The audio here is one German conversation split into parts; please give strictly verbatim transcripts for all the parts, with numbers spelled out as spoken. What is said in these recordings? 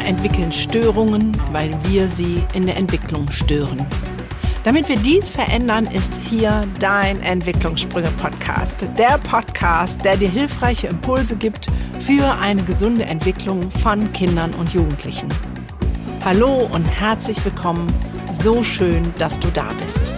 Kinder entwickeln Störungen, weil wir sie in der Entwicklung stören. Damit wir dies verändern, ist hier dein Entwicklungssprünge-Podcast. Der Podcast, der dir hilfreiche Impulse gibt für eine gesunde Entwicklung von Kindern und Jugendlichen. Hallo und herzlich willkommen. So schön, dass du da bist.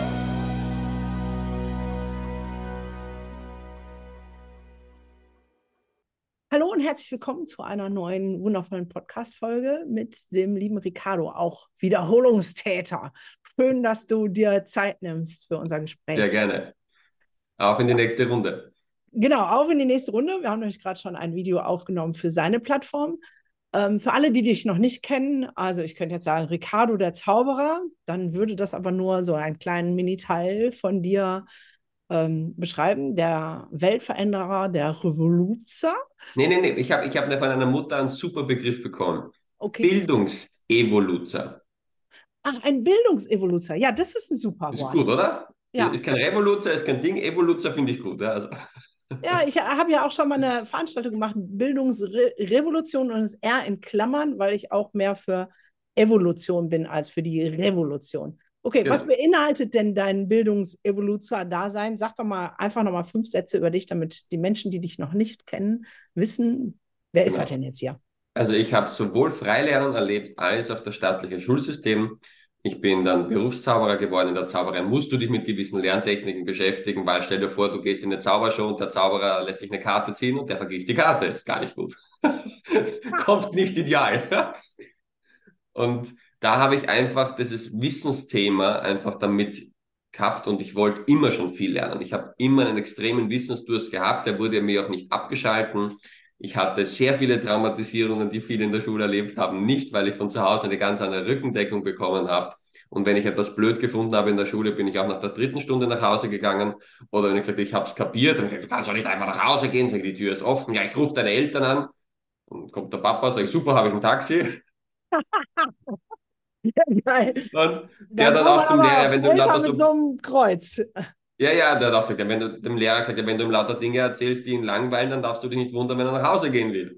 Hallo und herzlich willkommen zu einer neuen, wundervollen Podcast-Folge mit dem lieben Ricardo, auch Wiederholungstäter. Schön, dass du dir Zeit nimmst für unser Gespräch. Sehr gerne. Auf in die nächste Runde. Genau, auf in die nächste Runde. Wir haben nämlich gerade schon ein Video aufgenommen für seine Plattform. Ähm, für alle, die dich noch nicht kennen, also ich könnte jetzt sagen, Ricardo der Zauberer, dann würde das aber nur so einen kleinen Mini-Teil von dir ähm, beschreiben. Der Weltveränderer, der Revoluzer. Nee, nee, nee. Ich habe ich hab von einer Mutter einen super Begriff bekommen. Okay. Bildungsevoluzer. Ach, ein Bildungsevoluzer. Ja, das ist ein super Ist Wort. gut, oder? Ja. Ist kein Revoluzer, ist kein Ding. Evoluzer finde ich gut. Ja, also. Ja, ich habe ja auch schon mal eine Veranstaltung gemacht, Bildungsrevolution, und es ist eher in Klammern, weil ich auch mehr für Evolution bin als für die Revolution. Okay, Genau. Was beinhaltet denn dein Bildungsevoluzer-Dasein? Sag doch mal einfach noch mal fünf Sätze über dich, damit die Menschen, die dich noch nicht kennen, wissen, wer ist Genau. das denn jetzt hier? Also ich habe sowohl Freilernen erlebt als auch das staatliche Schulsystem. Ich bin dann Berufszauberer geworden. In der Zauberei musst du dich mit gewissen Lerntechniken beschäftigen, weil stell dir vor, du gehst in eine Zaubershow und der Zauberer lässt sich eine Karte ziehen und der vergisst die Karte. Ist gar nicht gut. Kommt nicht ideal. Und da habe ich einfach dieses Wissensthema einfach damit gehabt und ich wollte immer schon viel lernen. Ich habe immer einen extremen Wissensdurst gehabt, der wurde mir auch nicht abgeschalten. Ich hatte sehr viele Traumatisierungen, die viele in der Schule erlebt haben, nicht, weil ich von zu Hause eine ganz andere Rückendeckung bekommen habe. Und wenn ich etwas blöd gefunden habe in der Schule, bin ich auch nach der dritten Stunde nach Hause gegangen. Oder wenn ich gesagt habe, ich habe es kapiert, dann habe ich gesagt, du kannst doch nicht einfach nach Hause gehen, sag ich, die Tür ist offen. Ja, ich rufe deine Eltern an. Und kommt der Papa, sage ich, super, habe ich ein Taxi. Geil. Und der Dann dann kommen auch zum Lehrer, aber wenn du ihm Eltern lauter mit so, so einem Kreuz. ja, ja, der hat auch gesagt, ja, wenn du dem Lehrer gesagt, ja, wenn du ihm lauter Dinge erzählst, die ihn langweilen, dann darfst du dich nicht wundern, wenn er nach Hause gehen will.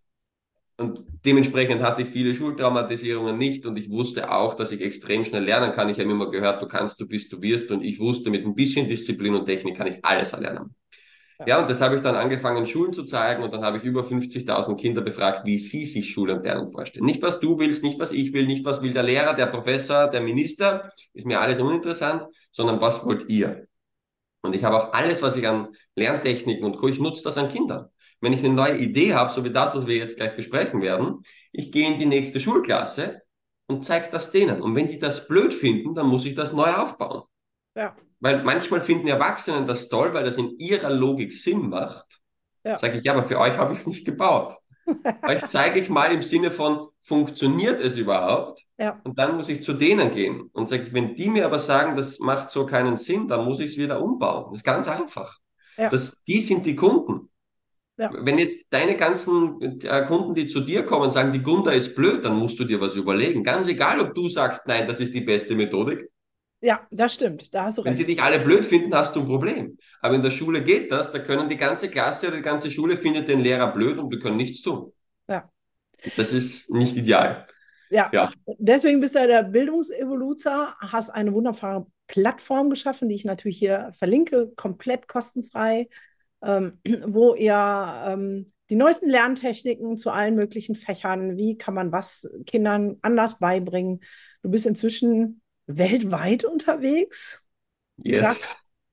Und dementsprechend hatte ich viele Schultraumatisierungen nicht und ich wusste auch, dass ich extrem schnell lernen kann. Ich habe immer gehört, du kannst, du bist, du wirst und ich wusste, mit ein bisschen Disziplin und Technik kann ich alles erlernen. Ja. Ja, und das habe ich dann angefangen, Schulen zu zeigen und dann habe ich über fünfzigtausend Kinder befragt, wie sie sich Schule und Lernen vorstellen. Nicht, was du willst, nicht, was ich will, nicht, was will der Lehrer, der Professor, der Minister, ist mir alles uninteressant, sondern was wollt ihr? Und ich habe auch alles, was ich an Lerntechniken und Co., ich nutze das an Kindern. Wenn ich eine neue Idee habe, so wie das, was wir jetzt gleich besprechen werden, ich gehe in die nächste Schulklasse und zeige das denen. Und wenn die das blöd finden, dann muss ich das neu aufbauen. Ja. Weil manchmal finden Erwachsenen das toll, weil das in ihrer Logik Sinn macht. Ja. Sage ich, ja, aber für euch habe ich es nicht gebaut. Euch zeige ich mal im Sinne von, funktioniert es überhaupt? Ja. Und dann muss ich zu denen gehen. Und sage ich, wenn die mir aber sagen, das macht so keinen Sinn, dann muss ich es wieder umbauen. Das ist ganz einfach. Ja. Das, die sind die Kunden. Ja. Wenn jetzt deine ganzen äh, Kunden, die zu dir kommen, sagen, die Gunda ist blöd, dann musst du dir was überlegen. Ganz egal, ob du sagst, nein, das ist die beste Methodik. Ja, das stimmt, da hast du Wenn recht. die dich alle blöd finden, hast du ein Problem. Aber in der Schule geht das, da können die ganze Klasse oder die ganze Schule findet den Lehrer blöd und wir können nichts tun. Ja. Das ist nicht ideal. Ja, Ja. Deswegen bist du ja der Bildungsevoluzer, hast eine wunderbare Plattform geschaffen, die ich natürlich hier verlinke, komplett kostenfrei, ähm, wo ihr ähm, die neuesten Lerntechniken zu allen möglichen Fächern, wie kann man was Kindern anders beibringen. Du bist inzwischen weltweit unterwegs. Yes. Krass.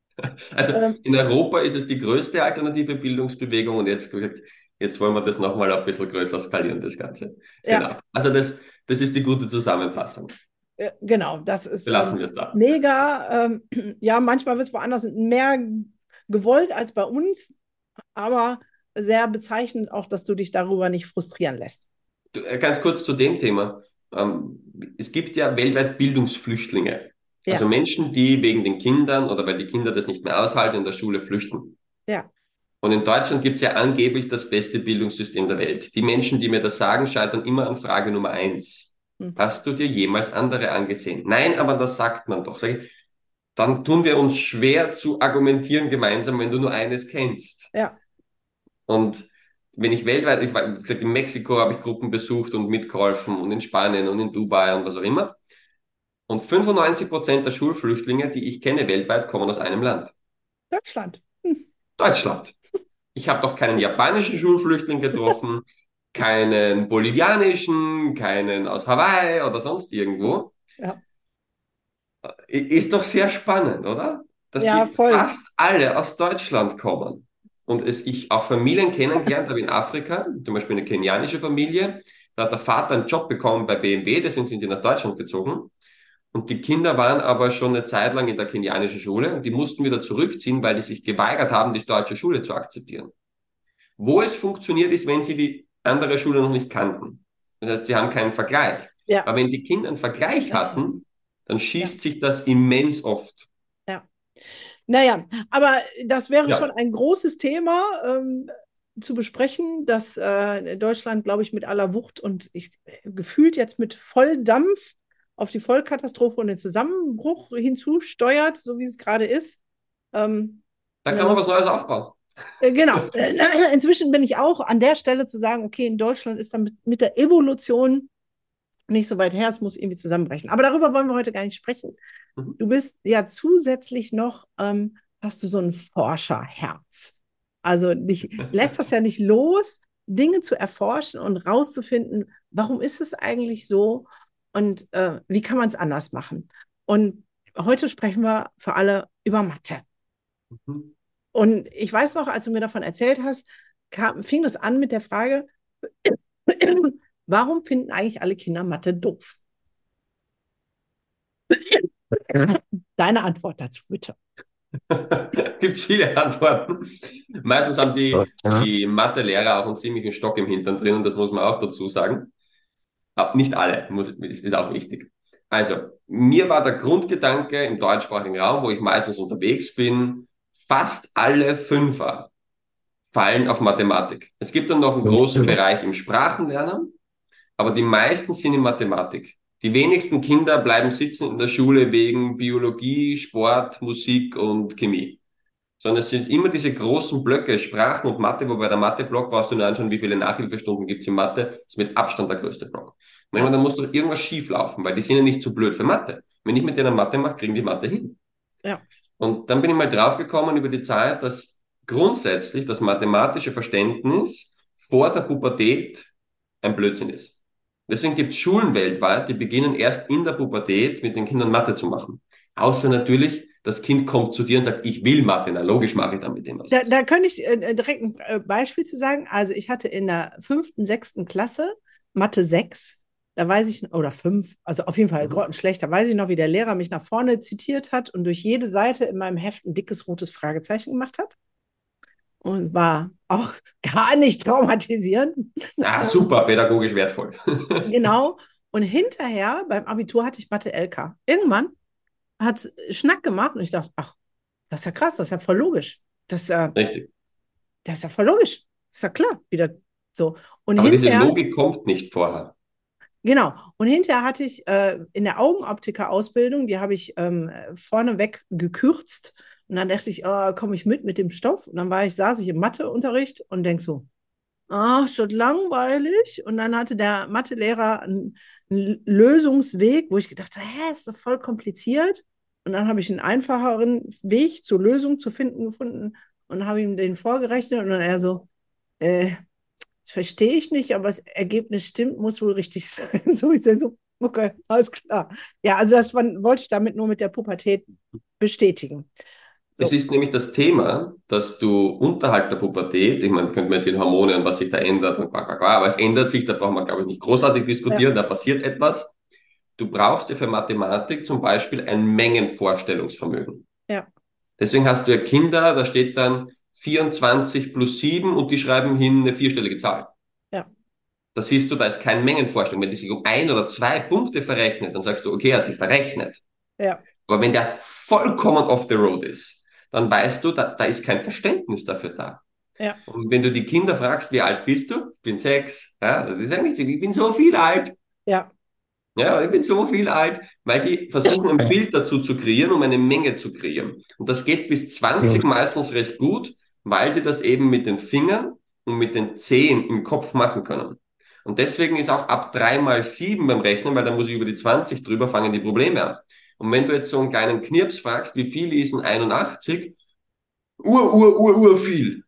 Also Ähm, in Europa ist es die größte alternative Bildungsbewegung und jetzt, jetzt wollen wir das nochmal ein bisschen größer skalieren, das Ganze. Ja. Genau. Also das, das ist die gute Zusammenfassung. äh, genau, das ist Belassen ähm, wir es da. mega. Ähm, ja, manchmal wird es woanders mehr gewollt als bei uns, aber sehr bezeichnend auch, dass du dich darüber nicht frustrieren lässt. Du, äh, ganz kurz zu dem Thema. Ähm, es gibt ja weltweit Bildungsflüchtlinge. Ja. Also Menschen, die wegen den Kindern oder weil die Kinder das nicht mehr aushalten, in der Schule flüchten. Ja. Und in Deutschland gibt es ja angeblich das beste Bildungssystem der Welt. Die Menschen, die mir das sagen, scheitern immer an Frage Nummer eins. Hm. Hast du dir jemals andere angesehen? Nein, aber das sagt man doch. Sag ich, dann tun wir uns schwer zu argumentieren gemeinsam, wenn du nur eines kennst. Ja. Und wenn ich weltweit, ich war, wie gesagt, in Mexiko habe ich Gruppen besucht und mitgeholfen und in Spanien und in Dubai und was auch immer. Und fünfundneunzig Prozent der Schulflüchtlinge, die ich kenne weltweit, kommen aus einem Land. Deutschland. Hm. Deutschland. Ich habe doch keinen japanischen Schulflüchtling getroffen, keinen bolivianischen, keinen aus Hawaii oder sonst irgendwo. Ja. Ist doch sehr spannend, oder? Dass Ja, die voll. fast alle aus Deutschland kommen. Und es ich auch Familien kennengelernt habe in Afrika, zum Beispiel eine kenianische Familie, da hat der Vater einen Job bekommen bei B M W, deswegen sind die nach Deutschland gezogen. Und die Kinder waren aber schon eine Zeit lang in der kenianischen Schule und die mussten wieder zurückziehen, weil die sich geweigert haben, die deutsche Schule zu akzeptieren. Wo es funktioniert, ist, wenn sie die andere Schule noch nicht kannten. Das heißt, sie haben keinen Vergleich. Ja. Aber wenn die Kinder einen Vergleich hatten, dann Ja. schießt sich das immens oft. Ja. Naja, aber das wäre Ja. schon ein großes Thema ähm, zu besprechen, dass äh, Deutschland, glaube ich, mit aller Wucht und ich, gefühlt jetzt mit Volldampf auf die Vollkatastrophe und den Zusammenbruch hinzusteuert, so wie es gerade ist. Ähm, Da kann ne? man was Neues aufbauen. Äh, Genau. Äh, Inzwischen bin ich auch an der Stelle zu sagen, okay, in Deutschland ist dann mit, mit der Evolution nicht so weit her, es muss irgendwie zusammenbrechen. Aber darüber wollen wir heute gar nicht sprechen. Mhm. Du bist ja zusätzlich noch, ähm, hast du so ein Forscherherz. Also dich lässt das ja nicht los, Dinge zu erforschen und rauszufinden, warum ist es eigentlich so und äh, wie kann man es anders machen. Und heute sprechen wir für alle über Mathe. Mhm. Und ich weiß noch, als du mir davon erzählt hast, kam, fing das an mit der Frage, warum finden eigentlich alle Kinder Mathe doof? Deine Antwort dazu, bitte. Gibt viele Antworten. Meistens haben die, die Mathelehrer auch einen ziemlichen Stock im Hintern drin und das muss man auch dazu sagen. Aber nicht alle, muss, ist, ist auch wichtig. Also, mir war der Grundgedanke im deutschsprachigen Raum, wo ich meistens unterwegs bin, fast alle Fünfer fallen auf Mathematik. Es gibt dann noch einen großen Bereich im Sprachenlernen, aber die meisten sind in Mathematik. Die wenigsten Kinder bleiben sitzen in der Schule wegen Biologie, Sport, Musik und Chemie. Sondern es sind immer diese großen Blöcke, Sprachen und Mathe, wobei der Mathe-Block brauchst du nur anschauen, wie viele Nachhilfestunden gibt es in Mathe, das ist mit Abstand der größte Block. Und irgendwann, dann muss doch irgendwas schief laufen, weil die sind ja nicht zu blöd für Mathe. Wenn ich mit denen Mathe mache, kriegen die Mathe hin. Ja. Und dann bin ich mal draufgekommen über die Zeit, dass grundsätzlich das mathematische Verständnis vor der Pubertät ein Blödsinn ist. Deswegen gibt es Schulen weltweit, die beginnen erst in der Pubertät mit den Kindern Mathe zu machen. Außer natürlich, das Kind kommt zu dir und sagt, ich will Mathe. Na, logisch mache ich dann mit dem was. Da, da könnte ich äh, direkt ein äh, Beispiel zu sagen. Also ich hatte in der fünften, sechsten Klasse Mathe sechs, da weiß ich, oder fünf, also auf jeden Fall Mhm. grottenschlecht, da weiß ich noch, wie der Lehrer mich nach vorne zitiert hat und durch jede Seite in meinem Heft ein dickes rotes Fragezeichen gemacht hat. Und war auch gar nicht traumatisierend. Ah, super, pädagogisch wertvoll. Genau. Und hinterher, beim Abitur, hatte ich Mathe L K. Irgendwann hat es Schnack gemacht und ich dachte, ach, das ist ja krass, das ist ja voll logisch. Das, äh, Richtig. das ist ja voll logisch. Ist ja klar, wieder so. Und Aber diese hinterher, Logik kommt nicht vorher. genau. Und hinterher hatte ich äh, in der Augenoptiker-Ausbildung, die habe ich ähm, vorneweg gekürzt. Und dann dachte ich, oh, komme ich mit mit dem Stoff? Und dann war ich, saß ich im Matheunterricht und denk so, ah, ist das langweilig. Und dann hatte der Mathelehrer einen, einen Lösungsweg, wo ich gedacht habe, hä, ist das voll kompliziert. Und dann habe ich einen einfacheren Weg zur Lösung zu finden gefunden und habe ihm den vorgerechnet. Und dann er so, äh, das verstehe ich nicht, aber das Ergebnis stimmt, muss wohl richtig sein. So ist er so, okay, alles klar. Ja, also das war, wollte ich damit nur mit der Pubertät bestätigen. So. Es ist nämlich das Thema, dass du unterhalb der Pubertät, ich meine, könnte man jetzt in Hormone und was sich da ändert, und qua, qua, qua, aber es ändert sich, da brauchen wir, glaube ich, nicht großartig diskutieren, Ja. da passiert etwas. Du brauchst ja für Mathematik zum Beispiel ein Mengenvorstellungsvermögen. Ja. Deswegen hast du ja Kinder, da steht dann vierundzwanzig plus sieben und die schreiben hin eine vierstellige Zahl. Ja. Da siehst du, da ist keine Mengenvorstellung. Wenn die sich um ein oder zwei Punkte verrechnet, dann sagst du, okay, er hat sich verrechnet. Ja. Aber wenn der vollkommen off the road ist, dann weißt du, da, da ist kein Verständnis dafür da. Ja. Und wenn du die Kinder fragst, wie alt bist du? Ich bin sechs. Ja, die sagen nicht, ich bin so viel alt. Ja. Ja, ich bin so viel alt, weil die versuchen, ein Bild dazu zu kreieren, um eine Menge zu kreieren. Und das geht bis zwanzig meistens recht gut, weil die das eben mit den Fingern und mit den zehn im Kopf machen können. Und deswegen ist auch ab drei mal sieben beim Rechnen, weil da muss ich über die zwanzig drüber, fangen die Probleme an. Und wenn du jetzt so einen kleinen Knirps fragst, wie viel ist denn einundachtzig? Ur, ur, ur, ur viel.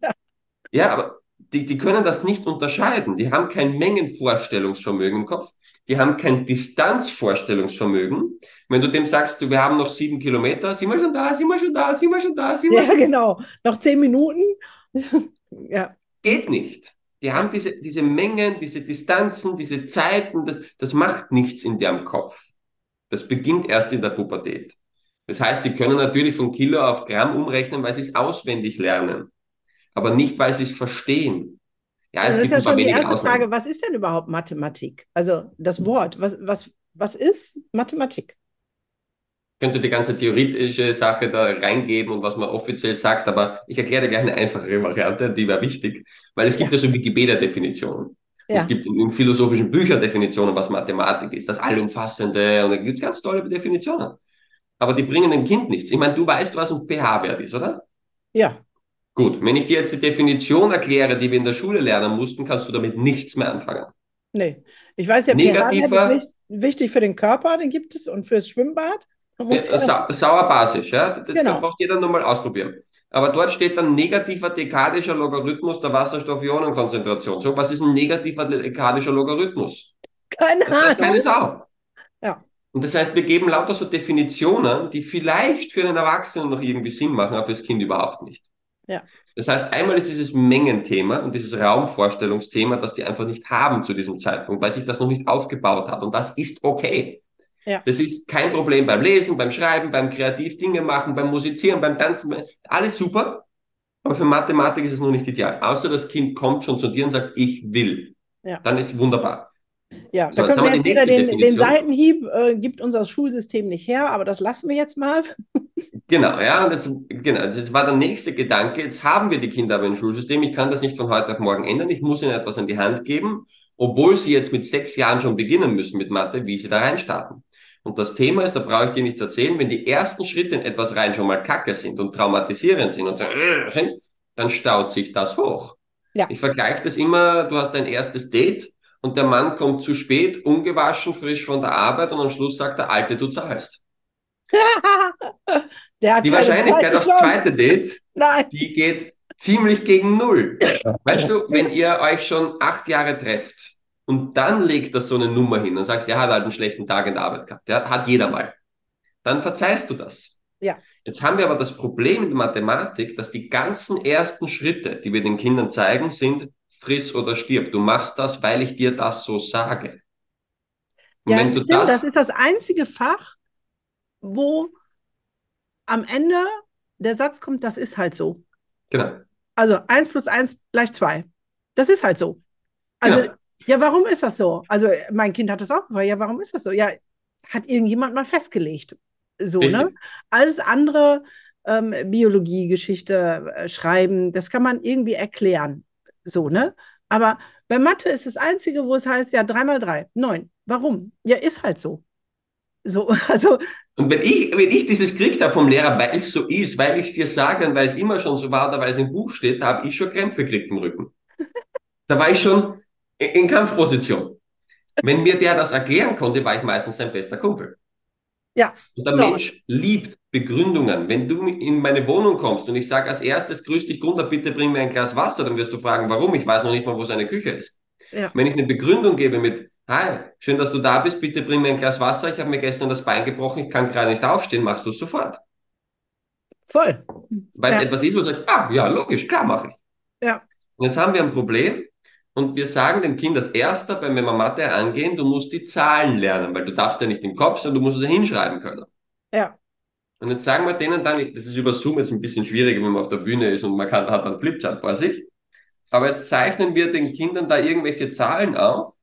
Ja, aber die, die können das nicht unterscheiden. Die haben kein Mengenvorstellungsvermögen im Kopf. Die haben kein Distanzvorstellungsvermögen. Wenn du dem sagst, du, wir haben noch sieben Kilometer, sind wir schon da, sind wir schon da, sind wir schon da, sind wir Ja, schon da. genau. Noch zehn Minuten. Ja. Geht nicht. Die haben diese, diese Mengen, diese Distanzen, diese Zeiten, das, das macht nichts in deren Kopf. Das beginnt erst in der Pubertät. Das heißt, die können natürlich von Kilo auf Gramm umrechnen, weil sie es auswendig lernen, aber nicht, weil sie es verstehen. Ja, Also es das ist gibt ja ein paar schon die wenige erste Ausnahmen. Frage, was ist denn überhaupt Mathematik? Also das Wort, was, was, was ist Mathematik? Könnte die ganze theoretische Sache da reingeben und was man offiziell sagt, aber ich erkläre dir gleich eine einfachere Variante, die wäre wichtig, weil es gibt Ja, ja so Wikipedia-Definitionen. Und es ja. gibt in, in philosophischen Büchern Definitionen, was Mathematik ist, das Allumfassende, und da gibt es ganz tolle Definitionen. Aber die bringen dem Kind nichts. Ich meine, du weißt, was ein pH-Wert ist, oder? Ja, Gut, wenn ich dir jetzt die Definition erkläre, die wir in der Schule lernen mussten, kannst du damit nichts mehr anfangen. nee. Ich weiß ja, pH-Wert ist Negativer, wich- wichtig für den Körper, den gibt es, und fürs Schwimmbad. Man muss äh, ja, sa sauer basisch, ja, das kann genau. braucht jeder nur mal ausprobieren. Aber dort steht dann negativer dekadischer Logarithmus der Wasserstoff-Ionen-Konzentration. So, was ist ein negativer dekadischer Logarithmus? Keine Das weiß keine Ahnung. Sau. Ja, Und das heißt, wir geben lauter so Definitionen, die vielleicht für einen Erwachsenen noch irgendwie Sinn machen, aber fürs Kind überhaupt nicht. ja, Das heißt, einmal ist dieses Mengenthema und dieses Raumvorstellungsthema, das die einfach nicht haben zu diesem Zeitpunkt, weil sich das noch nicht aufgebaut hat. Und das ist okay. ja, Das ist kein Problem beim Lesen, beim Schreiben, beim kreativ Dinge machen, beim Musizieren, beim Tanzen. Alles super. Aber für Mathematik ist es noch nicht ideal. Außer das Kind kommt schon zu dir und sagt, ich will. ja. Dann ist wunderbar. Ja, So, da jetzt können haben wir wir jetzt die wieder nächste den, den Definition. Seitenhieb, äh, gibt unser Schulsystem nicht her, aber das lassen wir jetzt mal. Genau, ja, und jetzt, genau, jetzt war der nächste Gedanke, jetzt haben wir die Kinder aber im Schulsystem, ich kann das nicht von heute auf morgen ändern, ich muss ihnen etwas an die Hand geben, obwohl sie jetzt mit sechs Jahren schon beginnen müssen mit Mathe, wie sie da reinstarten. Und das Thema ist, da brauche ich dir nichts erzählen, wenn die ersten Schritte in etwas rein schon mal kacke sind und traumatisierend sind und so, äh, sind, dann staut sich das hoch. Ja. Ich vergleiche das immer, du hast dein erstes Date und der Mann kommt zu spät, ungewaschen, frisch von der Arbeit und am Schluss sagt der Alte, du zahlst. Der hat Die keine Wahrscheinlichkeit zweite aufs zweite Chance. Date, Nein. die geht ziemlich gegen Null. Weißt du, wenn ihr euch schon acht Jahre trefft und dann legt er so eine Nummer hin und sagst, er hat halt einen schlechten Tag in der Arbeit gehabt, der hat jeder mal, dann verzeihst du das. Ja, Jetzt haben wir aber das Problem in der Mathematik, dass die ganzen ersten Schritte, die wir den Kindern zeigen, sind friss oder stirb. Du machst das, weil ich dir das so sage. Und ja, wenn du stimmt. Das das, ist das einzige Fach, wo am Ende der Satz kommt, das ist halt so. genau, Also eins plus eins gleich zwei. Das ist halt so. Also, genau, ja, warum ist das so? Also, mein Kind hat das auch gefragt. Ja, warum ist das so? Ja, hat irgendjemand mal festgelegt. So, ne? richtig. Alles andere, ähm, Biologie, Geschichte, äh, Schreiben, das kann man irgendwie erklären. So, ne? Aber bei Mathe ist das Einzige, wo es heißt, ja, drei mal drei, neun. Warum? Ja, ist halt so. So, also, Und wenn ich, wenn ich dieses gekriegt habe vom Lehrer, weil es so ist, weil ich es dir sage und weil es immer schon so war oder weil es im Buch steht, da habe ich schon Krämpfe gekriegt im Rücken. Da war ich schon in, in Kampfposition. Wenn mir der das erklären konnte, war ich meistens sein bester Kumpel. ja, Und der so, Mensch liebt Begründungen. Wenn du in meine Wohnung kommst und ich sage als erstes, grüß dich Gunther, bitte bring mir ein Glas Wasser, dann wirst du fragen, warum? Ich weiß noch nicht mal, wo seine Küche ist. ja, Wenn ich eine Begründung gebe mit, hi, schön, dass du da bist, bitte bring mir ein Glas Wasser, ich habe mir gestern das Bein gebrochen, ich kann gerade nicht aufstehen, machst du es sofort. voll. Weil es Ja, etwas ist, wo du sagst, ah, ja, logisch, klar mache ich. ja, Und jetzt haben wir ein Problem und wir sagen dem Kind als Erster, wenn wir Mathe angehen, du musst die Zahlen lernen, weil du darfst ja nicht im Kopf, sondern du musst es ja hinschreiben können. ja, Und jetzt sagen wir denen dann, das ist über Zoom jetzt ein bisschen schwieriger, wenn man auf der Bühne ist und man kann, hat dann Flipchart vor sich. Aber jetzt zeichnen wir den Kindern da irgendwelche Zahlen auf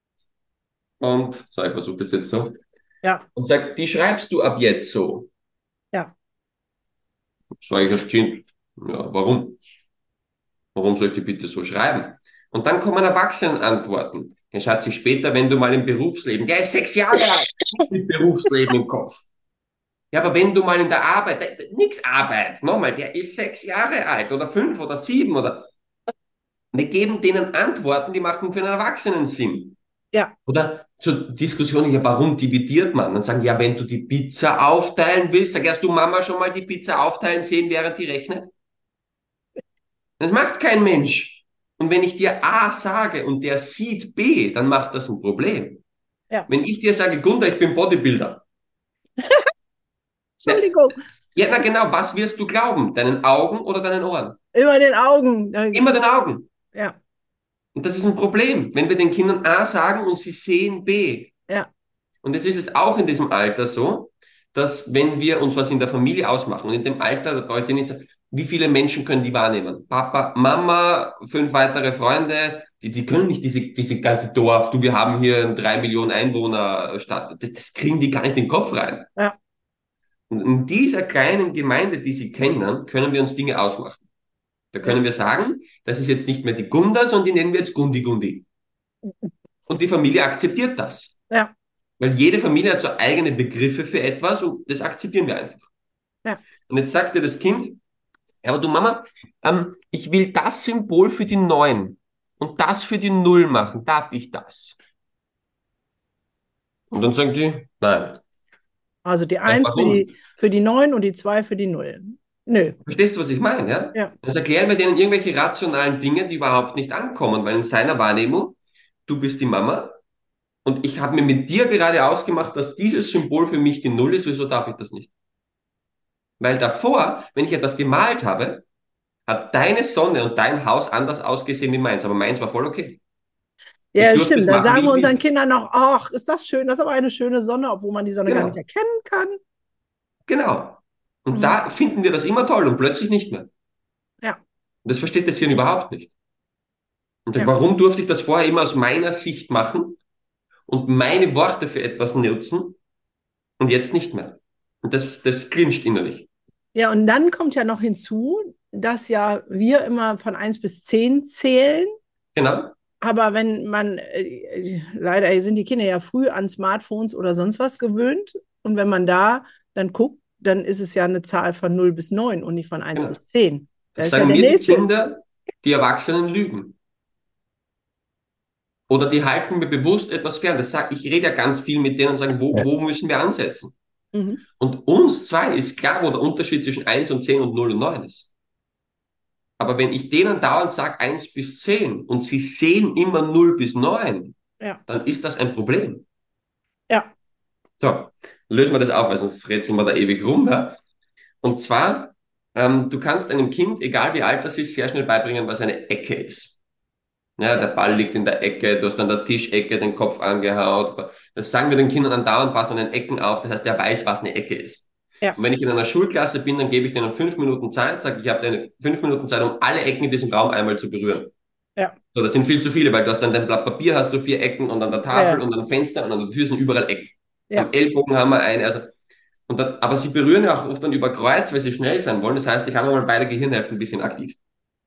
und, so, ich versuche das jetzt so, ja, und sag, die schreibst du ab jetzt so. ja, Sage ich als Kind, ja, warum? Warum soll ich die bitte so schreiben? Und dann kommen Erwachsenenantworten. Ja, Schatzi, später, wenn du mal im Berufsleben, der ist sechs Jahre alt, mit Berufsleben im Kopf. Ja, aber wenn du mal in der Arbeit, nix Arbeit, nochmal, der ist sechs Jahre alt oder fünf oder sieben oder. Wir geben denen Antworten, die machen für einen Erwachsenen Sinn. Ja. Oder zur Diskussion, ja, warum dividiert man? Dann sagen, ja, wenn du die Pizza aufteilen willst, sag, hast du Mama schon mal die Pizza aufteilen sehen, während die rechnet? Das macht kein Mensch. Und wenn ich dir A sage und der sieht B, dann macht das ein Problem. Ja. Wenn ich dir sage, Gunda, ich bin Bodybuilder. Entschuldigung. Ja, na genau, was wirst du glauben? Deinen Augen oder deinen Ohren? Immer den Augen. Immer den Augen. Ja. Und das ist ein Problem, wenn wir den Kindern A sagen und sie sehen B. Ja. Und es ist es auch in diesem Alter so, dass wenn wir uns was in der Familie ausmachen, und in dem Alter, da brauche ich dir nicht sagen, wie viele Menschen können die wahrnehmen? Papa, Mama, fünf weitere Freunde, die, die können nicht diese, diese ganze Dorf, du, wir haben hier eine drei Millionen Einwohner Stadt, das, das kriegen die gar nicht in den Kopf rein. Ja. Und in dieser kleinen Gemeinde, die sie kennen, können wir uns Dinge ausmachen. Da können Ja. wir sagen, das ist jetzt nicht mehr die Gunda, sondern die nennen wir jetzt Gundi Gundi. Und die Familie akzeptiert das. Ja. Weil jede Familie hat so eigene Begriffe für etwas und das akzeptieren wir einfach. Ja. Und jetzt sagt dir das Kind, ja, aber du Mama, ähm, ich will das Symbol für die neun und das für die null machen. Darf ich das? Und dann sagen die, nein. Also die Ja, eins für warum? die, für die neun und die zwei für die null. Nö. Verstehst du, was ich meine? Ja? Ja. Jetzt erklären wir denen irgendwelche rationalen Dinge, die überhaupt nicht ankommen, weil in seiner Wahrnehmung, du bist die Mama und ich habe mir mit dir gerade ausgemacht, dass dieses Symbol für mich die Null ist, wieso darf ich das nicht? Weil davor, wenn ich etwas gemalt habe, hat deine Sonne und dein Haus anders ausgesehen wie meins, aber meins war voll okay. Ich Ja, durfte es stimmt. Da machen, sagen wie wir ich unseren will. Kindern noch, ach, ist das schön, das ist aber eine schöne Sonne, obwohl man die Sonne gar nicht Genau, erkennen kann. genau. Und Mhm. da finden wir das immer toll und plötzlich nicht mehr. Ja. Und das versteht das Hirn überhaupt nicht. Und Ja. warum durfte ich das vorher immer aus meiner Sicht machen und meine Worte für etwas nutzen und jetzt nicht mehr? Und das, das clincht innerlich. Ja, und dann kommt ja noch hinzu, dass ja wir immer von eins bis zehn zählen. Genau, Aber wenn man, äh, leider sind die Kinder ja früh an Smartphones oder sonst was gewöhnt. Und wenn man da dann guckt, dann ist es ja eine Zahl von null bis neun und nicht von eins genau. bis zehn. Da Das ist ja sagen der mir die nächste. Kinder, die Erwachsenen lügen. Oder die halten mir bewusst etwas fern. Das sag, ich rede ja ganz viel mit denen und sage, wo, wo müssen wir ansetzen? Mhm. Und uns zwei ist klar, wo der Unterschied zwischen eins und zehn und null und neun ist. Aber wenn ich denen dauernd sage eins bis zehn und sie sehen immer null bis neun, Ja. dann ist das ein Problem. Ja. So, lösen wir das auf, weil sonst rätseln wir da ewig rum. Ja? Und zwar, ähm, du kannst einem Kind, egal wie alt das ist, sehr schnell beibringen, was eine Ecke ist. Ja, der Ball liegt in der Ecke, du hast an der Tischecke den Kopf angehaut. Das sagen wir den Kindern andauernd, pass an den Ecken auf, das heißt, der weiß, was eine Ecke ist. Ja. Und wenn ich in einer Schulklasse bin, dann gebe ich denen fünf Minuten Zeit, sage ich, habe denen fünf Minuten Zeit, um alle Ecken in diesem Raum einmal zu berühren. Ja. So, das sind viel zu viele, weil du hast dann dein Blatt Papier, hast du vier Ecken und an der Tafel Ja. und an dem Fenster und an der Tür sind überall Ecken. Ja. Am Ellbogen haben wir eine, also, und dann, aber sie berühren ja auch oft dann über Kreuz, weil sie schnell sein wollen. Das heißt, ich habe mal beide Gehirnhälften ein bisschen aktiv.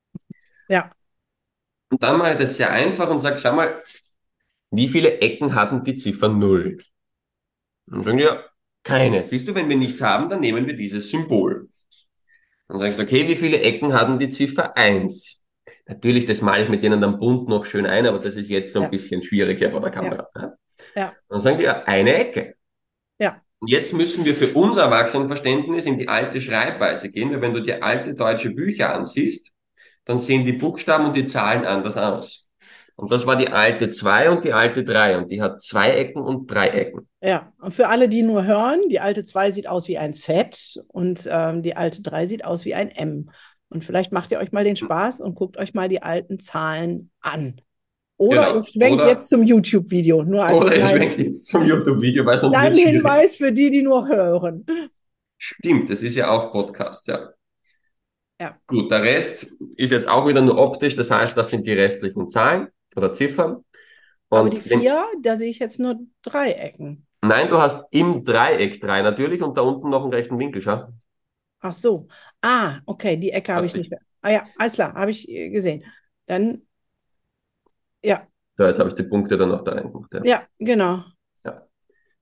Ja. Und dann mache ich das sehr einfach und sage, schau mal, wie viele Ecken hatten die Ziffer null? Und sagen die, ja, keine. Siehst du, wenn wir nichts haben, dann nehmen wir dieses Symbol. Dann sagst du, okay, wie viele Ecken hatten die Ziffer eins? Natürlich, das male ich mit denen dann bunt noch schön ein, aber das ist jetzt so ein Ja. bisschen schwierig hier vor der Kamera. Ja. Ja. Dann sagen die, ja, eine Ecke. Ja. Und jetzt müssen wir für unser Erwachsenenverständnis in die alte Schreibweise gehen, weil wenn du dir alte deutsche Bücher ansiehst, dann sehen die Buchstaben und die Zahlen anders aus. Und das war die alte zwei und die alte drei und die hat zwei Ecken und drei Ecken. Ja. Und für alle, die nur hören, die alte zwei sieht aus wie ein Z und ähm, die alte drei sieht aus wie ein M. Und vielleicht macht ihr euch mal den Spaß und guckt euch mal die alten Zahlen an. Oder Genau. ihr schwenkt Oder- jetzt zum YouTube-Video. Nur als Oder ich kleinen, schwenke jetzt zum YouTube-Video, weil sonst kleinen wird es schwierig. Hinweis für die, die nur hören. Stimmt, das ist ja auch Podcast, ja. Ja. Gut, der Rest ist jetzt auch wieder nur optisch, das heißt, das sind die restlichen Zahlen oder Ziffern. Aber Und die wenn- vier, da sehe ich jetzt nur drei Ecken. Nein, du hast im Dreieck drei natürlich und da unten noch einen rechten Winkel, schau. Ach so. Ah, okay, die Ecke habe ich Warte. nicht mehr. Ah ja, alles klar, habe ich äh, gesehen. Dann, ja, So, jetzt habe ich die Punkte dann noch da reingemacht. Ja. ja, genau.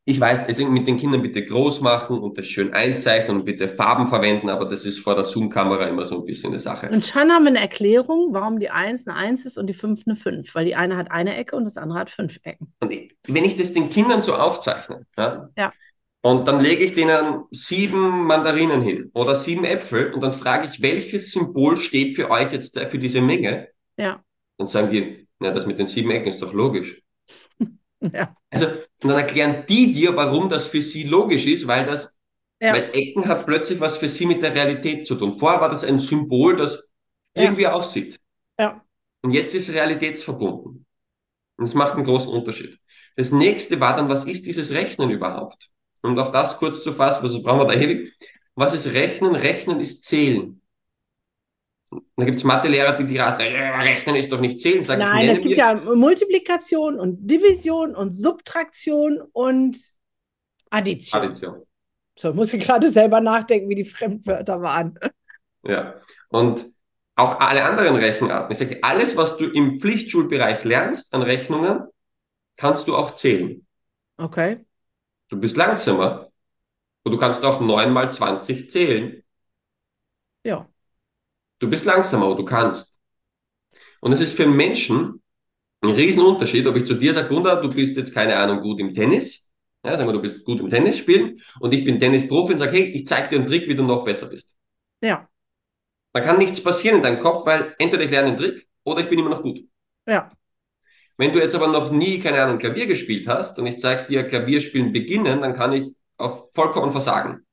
Ich weiß, deswegen mit den Kindern bitte groß machen und das schön einzeichnen und bitte Farben verwenden, aber das ist vor der Zoom-Kamera immer so ein bisschen eine Sache. Und schon haben wir eine Erklärung, warum die eins eine eins ist und die fünf eine fünf, weil die eine hat eine Ecke und das andere hat fünf Ecken. Und ich, wenn ich das den Kindern so aufzeichne, ja, Ja. und dann lege ich denen sieben Mandarinen hin oder sieben Äpfel und dann frage ich, welches Symbol steht für euch jetzt für diese Menge? Ja. Dann sagen die, na, das mit den sieben Ecken ist doch logisch. Ja. Also, und dann erklären die dir, warum das für sie logisch ist, weil das, Ja. weil Ecken hat plötzlich was für sie mit der Realität zu tun. Vorher war das ein Symbol, das irgendwie Ja. aussieht. Ja. Und jetzt ist realitätsverbunden. Und das macht einen großen Unterschied. Das nächste war dann, was ist dieses Rechnen überhaupt? Und auch das kurz zu fassen, was brauchen wir da ewig? Was ist Rechnen? Rechnen ist Zählen. Und da gibt es Mathelehrer, die die rasten, ja, Rechnen ist doch nicht Zählen. Sag ich, Nein, es gibt mir ja Multiplikation und Division und Subtraktion und Addition. Addition. So, ich muss ich gerade selber nachdenken, wie die Fremdwörter waren. Ja. Und auch alle anderen Rechenarten. Ich sage, alles, was du im Pflichtschulbereich lernst an Rechnungen, kannst du auch zählen. Okay. Du bist langsamer und du kannst auch neun mal zwanzig zählen. Ja. Du bist langsamer, aber du kannst. Und es ist für einen Menschen ein Riesenunterschied, ob ich zu dir sage, Gunda, du bist jetzt, keine Ahnung, gut im Tennis. Ja, sagen wir, du bist gut im Tennis spielen und ich bin Tennisprofi und sage, hey, ich zeige dir einen Trick, wie du noch besser bist. Ja. Da kann nichts passieren in deinem Kopf, weil entweder ich lerne einen Trick oder ich bin immer noch gut. Ja. Wenn du jetzt aber noch nie, keine Ahnung, Klavier gespielt hast und ich zeige dir Klavierspielen beginnen, dann kann ich auf vollkommen versagen.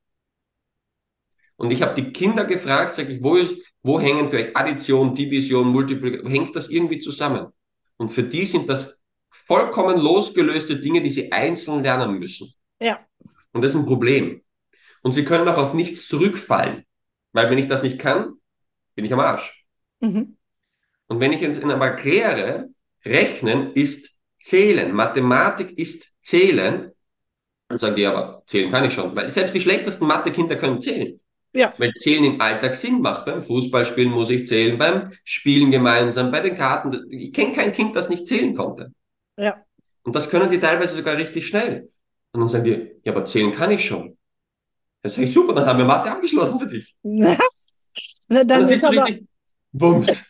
Und ich habe die Kinder gefragt, sage ich, wo, ist, wo hängen für euch Addition, Division, Multiplikation, hängt das irgendwie zusammen? Und für die sind das vollkommen losgelöste Dinge, die sie einzeln lernen müssen. Ja. Und das ist ein Problem. Und sie können auch auf nichts zurückfallen. Weil wenn ich das nicht kann, bin ich am Arsch. Mhm. Und wenn ich jetzt aber erkläre, Rechnen ist Zählen, Mathematik ist Zählen, dann sagen die, aber zählen kann ich schon. Weil selbst die schlechtesten Mathe-Kinder können zählen. Ja. Weil Zählen im Alltag Sinn macht. Beim Fußballspielen muss ich zählen, beim Spielen gemeinsam, bei den Karten. Ich kenne kein Kind, das nicht zählen konnte. Ja. Und das können die teilweise sogar richtig schnell. Und dann sagen die, ja, aber zählen kann ich schon. Das sage ich, super, dann haben wir Mathe abgeschlossen für dich. Na, dann dann siehst ist du aber, richtig, Bums.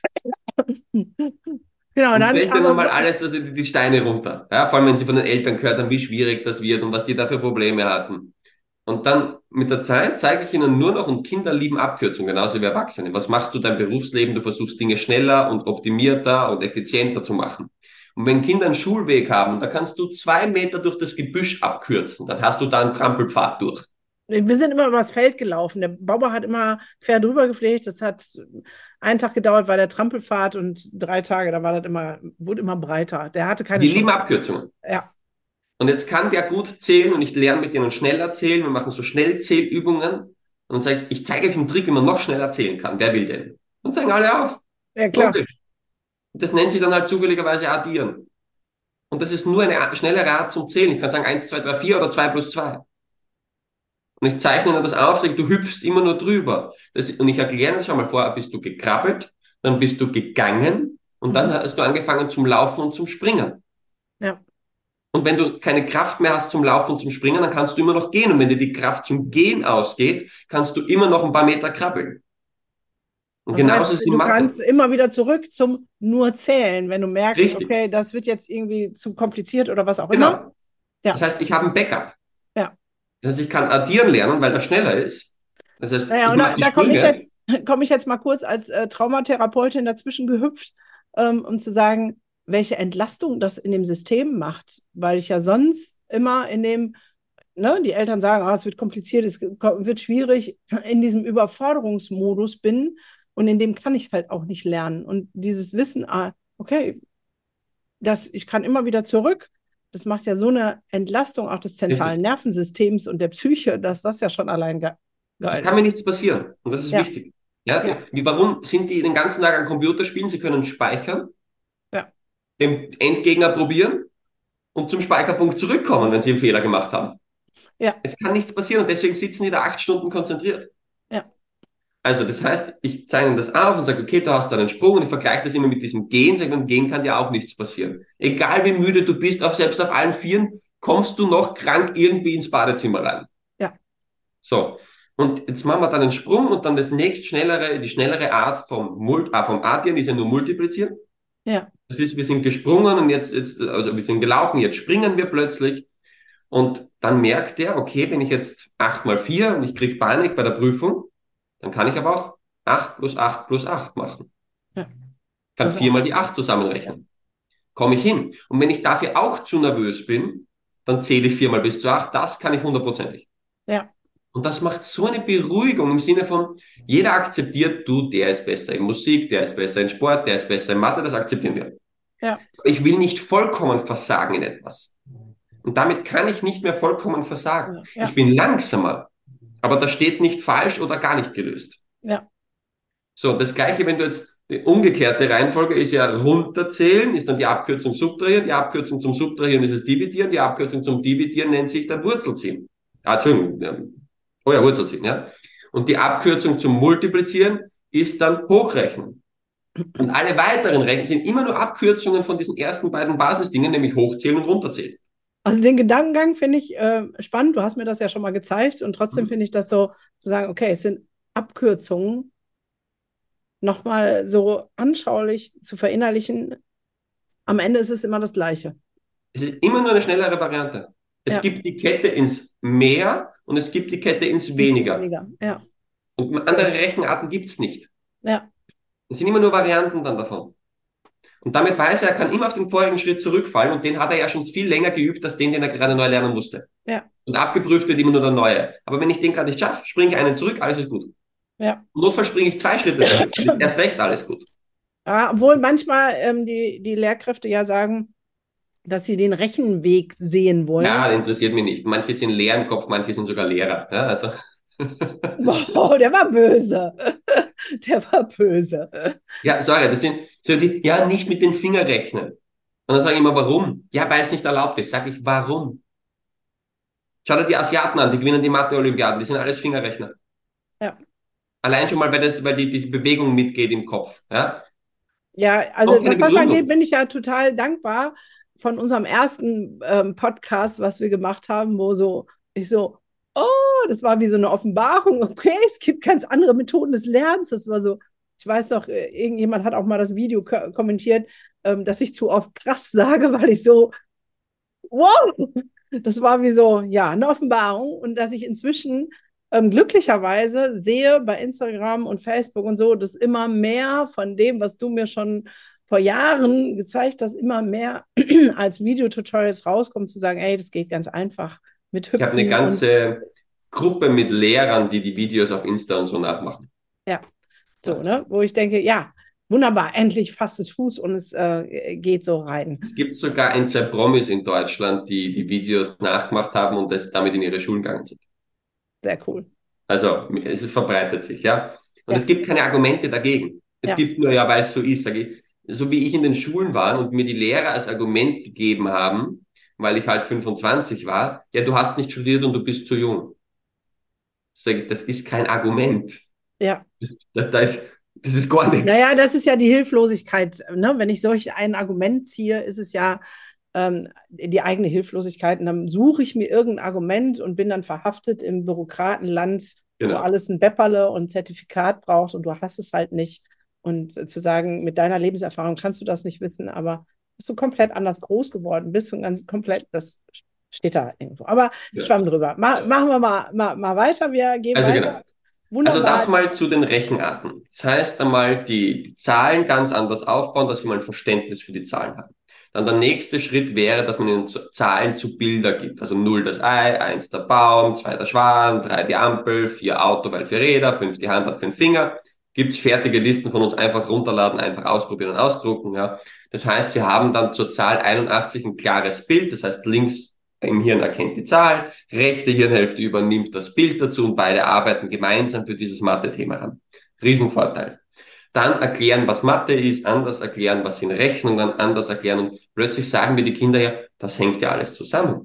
genau, Und dann fällt dir aber, nochmal alles so die, die Steine runter. Ja, vor allem, wenn sie von den Eltern gehört haben, wie schwierig das wird und was die da für Probleme hatten. Und dann mit der Zeit zeige ich ihnen nur noch, und Kinder lieben Abkürzungen, genauso wie Erwachsene. Was machst du dein Berufsleben? Du versuchst Dinge schneller und optimierter und effizienter zu machen. Und wenn Kinder einen Schulweg haben, da kannst du zwei Meter durch das Gebüsch abkürzen. Dann hast du da einen Trampelpfad durch. wir sind immer übers Feld gelaufen. Der Bauer hat immer quer drüber gepflegt. Das hat einen Tag gedauert, war der Trampelpfad und drei Tage, da war das immer, wurde immer breiter. Der hatte keine Die Chance. lieben Abkürzungen. Ja. Und jetzt kann der gut zählen und ich lerne mit denen schneller zählen. Wir machen so Schnellzählübungen. Und dann sage ich, ich zeige euch einen Trick, wie man noch schneller zählen kann. Wer will denn? Und sagen alle auf. Ja, klar. Logisch. Das nennt sich dann halt zufälligerweise addieren. Und das ist nur eine schnellere Art zum Zählen. Ich kann sagen eins, zwei, drei, vier oder zwei plus zwei. Und ich zeichne dann das auf, sage, du hüpfst immer nur drüber. Das, und ich erkläre das schon mal vorher, bist du gekrabbelt, dann bist du gegangen und dann hast du angefangen zum Laufen und zum Springen. Ja. Und wenn du keine Kraft mehr hast zum Laufen und zum Springen, dann kannst du immer noch gehen. Und wenn dir die Kraft zum Gehen ausgeht, kannst du immer noch ein paar Meter krabbeln. Und Das genauso heißt, ist es in du Mathe. kannst immer wieder zurück zum nur zählen, wenn du merkst, Richtig. okay, das wird jetzt irgendwie zu kompliziert oder was auch immer. Genau. Ja. Das heißt, ich habe ein Backup. Ja. Das heißt, ich kann addieren lernen, weil das schneller ist. Das heißt, Naja, ich und da, mache die da komme ich, Sprünge. jetzt, komm ich jetzt mal kurz als äh, Traumatherapeutin dazwischen gehüpft, ähm, um zu sagen, welche Entlastung das in dem System macht. Weil ich ja sonst immer in dem, ne, die Eltern sagen, ah, es wird kompliziert, es wird schwierig, in diesem Überforderungsmodus bin. Und in dem kann ich halt auch nicht lernen. Und dieses Wissen, ah, okay, das, ich kann immer wieder zurück. Das macht ja so eine Entlastung auch des zentralen Richtig. Nervensystems und der Psyche, dass das ja schon allein ge geil Es kann mir ist. nichts passieren. Und das ist Ja. wichtig. Ja, Ja. die, warum sind die den ganzen Tag an Computerspielen? Sie können speichern, Ja. den Endgegner probieren und zum Speicherpunkt zurückkommen, wenn sie einen Fehler gemacht haben. Ja. Es kann nichts passieren und deswegen sitzen die da acht Stunden konzentriert. Ja. Also das heißt, ich zeige ihnen das auf und sage, okay, du hast da einen Sprung und ich vergleiche das immer mit diesem Gehen. Sage, beim Gehen kann dir auch nichts passieren. Egal wie müde du bist, auch selbst auf allen Vieren, kommst du noch krank irgendwie ins Badezimmer rein. Ja. So. Und jetzt machen wir dann einen Sprung und dann das nächst schnellere, die schnellere Art vom, Mul ah, vom Addieren ist ja nur multiplizieren. Ja. Das ist, wir sind gesprungen und jetzt, jetzt, also wir sind gelaufen, jetzt springen wir plötzlich. Und dann merkt er, okay, wenn ich jetzt acht mal vier und ich kriege Panik bei der Prüfung, dann kann ich aber auch acht plus acht plus acht machen. Ja. Ich kann Also, viermal die acht zusammenrechnen. Komme ich hin. Und wenn ich dafür auch zu nervös bin, dann zähle ich viermal bis zu acht. Das kann ich hundertprozentig. Ja. Und das macht so eine Beruhigung im Sinne von, jeder akzeptiert, du, der ist besser in Musik, der ist besser in Sport, der ist besser in Mathe, das akzeptieren wir. Ja. Ich will nicht vollkommen versagen in etwas. Und damit kann ich nicht mehr vollkommen versagen. Ja. Ich bin langsamer, aber das steht nicht falsch oder gar nicht gelöst. Ja. So, das Gleiche, wenn du jetzt, die umgekehrte Reihenfolge ist ja runterzählen, ist dann die Abkürzung subtrahieren, die Abkürzung zum Subtrahieren ist es Dividieren, die Abkürzung zum Dividieren nennt sich dann Wurzelziehen. Ah, Entschuldigung, oh ja, Wurzelziehen, ja. Und die Abkürzung zum Multiplizieren ist dann Hochrechnen. Und alle weiteren Rechen sind immer nur Abkürzungen von diesen ersten beiden Basisdingen, nämlich Hochzählen und Runterzählen. Also den Gedankengang finde ich äh, spannend. Du hast mir das ja schon mal gezeigt und trotzdem Mhm. finde ich das so, zu sagen, okay, es sind Abkürzungen, nochmal so anschaulich zu verinnerlichen. Am Ende ist es immer das Gleiche. Es ist immer nur eine schnellere Variante. Es Ja. gibt die Kette ins Mehr und es gibt die Kette ins Weniger. Weniger. Ja. Und andere Rechenarten gibt es nicht. Ja. Es sind immer nur Varianten dann davon. Und damit weiß er, er kann immer auf den vorigen Schritt zurückfallen und den hat er ja schon viel länger geübt, als den, den er gerade neu lernen musste. Ja. Und abgeprüft wird immer nur der neue. Aber wenn ich den gerade nicht schaffe, springe ich einen zurück, alles ist gut. Ja. Im Notfall springe ich zwei Schritte zurück, dann ist erst recht alles gut. Ja, obwohl manchmal ähm, die, die Lehrkräfte ja sagen, dass sie den Rechenweg sehen wollen. Ja, das interessiert mich nicht. Manche sind leer im Kopf, manche sind sogar Lehrer. Ja, also. Wow, der war böse. Der war böse. Ja, sorry, das sind so die, ja, nicht mit den Fingern rechnen. Und dann sage ich immer, warum? Ja, weil es nicht erlaubt ist. Sag ich, warum? Schau dir die Asiaten an, die gewinnen die Mathe-Olympiaden, die sind alles Fingerrechner. Ja. Allein schon mal, weil, das, weil die, diese Bewegung mitgeht im Kopf. Ja, Ja, also Auch keine was das Begründung. angeht, bin ich ja total dankbar von unserem ersten ähm, Podcast, was wir gemacht haben, wo so ich so, oh, das war wie so eine Offenbarung. Okay, es gibt ganz andere Methoden des Lernens. Das war so, ich weiß noch, äh, irgendjemand hat auch mal das Video ko kommentiert, ähm, dass ich zu oft krass sage, weil ich so, wow, das war wie so, ja, eine Offenbarung. Und dass ich inzwischen ähm, glücklicherweise sehe bei Instagram und Facebook und so, dass immer mehr von dem, was du mir schon vor Jahren gezeigt hast, immer mehr als Videotutorials rauskommt, zu sagen, ey, das geht ganz einfach mit Hüpfen. Ich habe eine ganze Gruppe mit Lehrern, die die Videos auf Insta und so nachmachen. Ja, so, ne? Wo ich denke, ja, wunderbar, endlich fasst es Fuß und es äh, geht so rein. Es gibt sogar ein, zwei Promis in Deutschland, die die Videos nachgemacht haben und das damit in ihre Schulen gegangen sind. Sehr cool. Also es verbreitet sich, ja. Und Ja. es gibt keine Argumente dagegen. Es Ja. gibt nur, ja, weil es so ist, sage ich, so wie ich in den Schulen war und mir die Lehrer als Argument gegeben haben, weil ich halt fünfundzwanzig war, ja, du hast nicht studiert und du bist zu jung. Sag ich, das ist kein Argument. Ja. Das, das, das, ist, das ist gar nichts. Naja, das ist ja die Hilflosigkeit. Ne? Wenn ich solch ein Argument ziehe, ist es ja ähm, die eigene Hilflosigkeit. Und dann suche ich mir irgendein Argument und bin dann verhaftet im Bürokratenland, Genau. wo alles ein Bepperle und Zertifikat braucht und du hast es halt nicht. Und äh, zu sagen, mit deiner Lebenserfahrung kannst du das nicht wissen, aber bist du komplett anders groß geworden, bist du ganz komplett, das steht da irgendwo. Aber Ja. schwamm drüber. Ma Ja. Machen wir mal, mal, mal weiter. Wir gehen Also weiter. genau. Wunderbar. Also das mal zu den Rechenarten. Das heißt einmal, die, die Zahlen ganz anders aufbauen, dass sie mal ein Verständnis für die Zahlen haben. Dann der nächste Schritt wäre, dass man ihnen Zahlen zu Bilder gibt. Also null das Ei, eins der Baum, zwei der Schwan, drei die Ampel, vier Auto, weil vier Räder, fünf die Hand hat fünf Finger. Gibt's fertige Listen von uns, einfach runterladen, einfach ausprobieren und ausdrucken. Ja. Das heißt, Sie haben dann zur Zahl einundachtzig ein klares Bild. Das heißt, links im Hirn erkennt die Zahl, rechte Hirnhälfte übernimmt das Bild dazu und beide arbeiten gemeinsam für dieses Mathe-Thema an. Riesenvorteil. Dann erklären, was Mathe ist, anders erklären, was sind Rechnungen, anders erklären und plötzlich sagen mir die Kinder ja, das hängt ja alles zusammen.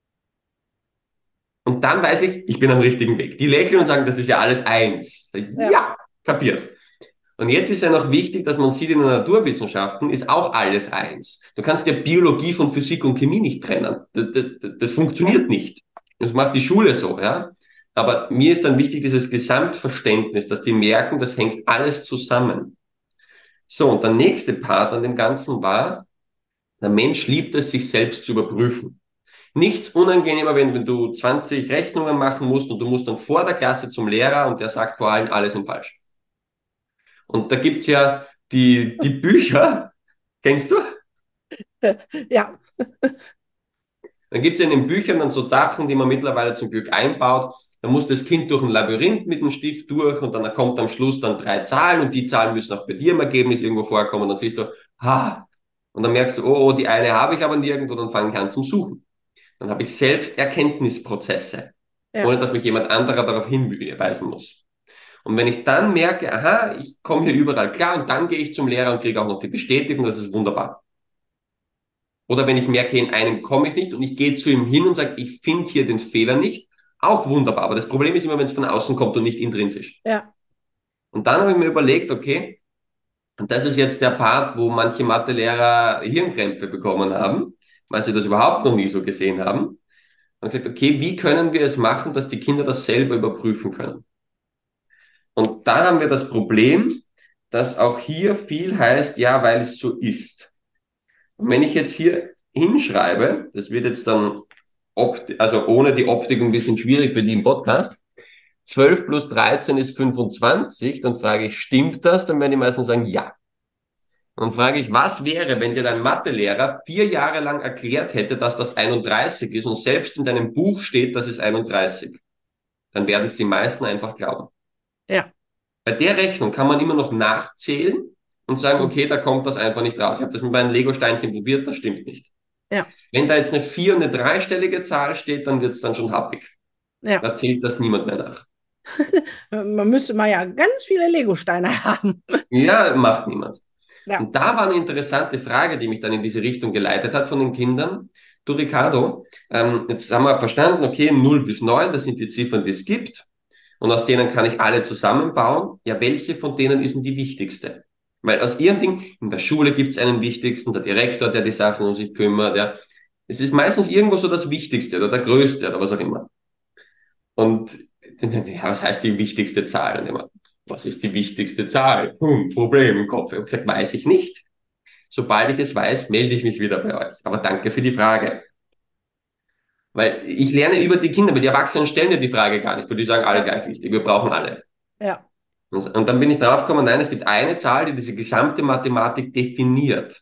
Und dann weiß ich, ich bin am richtigen Weg. Die lächeln und sagen, das ist ja alles eins. Ja, ja, kapiert. Und jetzt ist ja noch wichtig, dass man sieht, in den Naturwissenschaften ist auch alles eins. Du kannst ja Biologie von Physik und Chemie nicht trennen. Das, das, das funktioniert nicht. Das macht die Schule so, ja. Aber mir ist dann wichtig, dieses Gesamtverständnis, dass die merken, das hängt alles zusammen. So, und der nächste Part an dem Ganzen war, der Mensch liebt es, sich selbst zu überprüfen. Nichts unangenehmer, wenn, wenn du zwanzig Rechnungen machen musst und du musst dann vor der Klasse zum Lehrer und der sagt vor allem, alles sind falsch. Und da gibt's ja die, die Bücher, kennst du? Ja. Dann gibt's ja in den Büchern dann so Sachen, die man mittlerweile zum Glück einbaut. Da muss das Kind durch ein Labyrinth mit dem Stift durch und dann kommt am Schluss dann drei Zahlen und die Zahlen müssen auch bei dir im Ergebnis irgendwo vorkommen. Und dann siehst du, ha, und dann merkst du, oh, oh, die eine habe ich aber nirgendwo, dann fange ich an zum Suchen. Dann habe ich selbst Erkenntnisprozesse, Ja. ohne dass mich jemand anderer darauf hinweisen muss. Und wenn ich dann merke, aha, ich komme hier überall klar und dann gehe ich zum Lehrer und kriege auch noch die Bestätigung, das ist wunderbar. Oder wenn ich merke, in einem komme ich nicht und ich gehe zu ihm hin und sage, ich finde hier den Fehler nicht, auch wunderbar. Aber das Problem ist immer, wenn es von außen kommt und nicht intrinsisch. Ja. Und dann habe ich mir überlegt, okay, und das ist jetzt der Part, wo manche Mathelehrer Hirnkrämpfe bekommen haben, weil sie das überhaupt noch nie so gesehen haben. Und gesagt, okay, wie können wir es machen, dass die Kinder das selber überprüfen können? Und da haben wir das Problem, dass auch hier viel heißt, ja, weil es so ist. Und wenn ich jetzt hier hinschreibe, das wird jetzt dann, also ohne die Optik ein bisschen schwierig für die im Podcast, zwölf plus dreizehn ist fünfundzwanzig, dann frage ich, stimmt das? Dann werden die meisten sagen, ja. Und dann frage ich, was wäre, wenn dir dein Mathelehrer vier Jahre lang erklärt hätte, dass das einunddreißig ist und selbst in deinem Buch steht, das ist einunddreißig? Dann werden es die meisten einfach glauben. Ja. Bei der Rechnung kann man immer noch nachzählen und sagen, okay, da kommt das einfach nicht raus. Ich habe das mit meinen Lego-Steinchen probiert, das stimmt nicht. Ja. Wenn da jetzt eine vier und eine dreistellige Zahl steht, dann wird es dann schon happig. Ja. Da zählt das niemand mehr nach. Man müsste mal ja ganz viele Lego-Steine haben. Ja, macht niemand. Ja. Und da war eine interessante Frage, die mich dann in diese Richtung geleitet hat von den Kindern. Du, Ricardo, ähm, jetzt haben wir verstanden, okay, null bis neun, das sind die Ziffern, die es gibt. Und aus denen kann ich alle zusammenbauen. Ja, welche von denen ist denn die wichtigste? Weil aus ihrem Ding, in der Schule gibt es einen wichtigsten, der Direktor, der die Sachen um sich kümmert. Ja. Es ist meistens irgendwo so das Wichtigste oder der Größte oder was auch immer. Und ja, was heißt die wichtigste Zahl? Und immer, was ist die wichtigste Zahl? Hm, Problem im Kopf. Ich habe gesagt, weiß ich nicht. Sobald ich es weiß, melde ich mich wieder bei euch. Aber danke für die Frage. Weil ich lerne über die Kinder, weil die Erwachsenen stellen ja die Frage gar nicht, weil die sagen alle gleich wichtig, wir brauchen alle. Ja. Und, und dann bin ich drauf gekommen, nein, es gibt eine Zahl, die diese gesamte Mathematik definiert.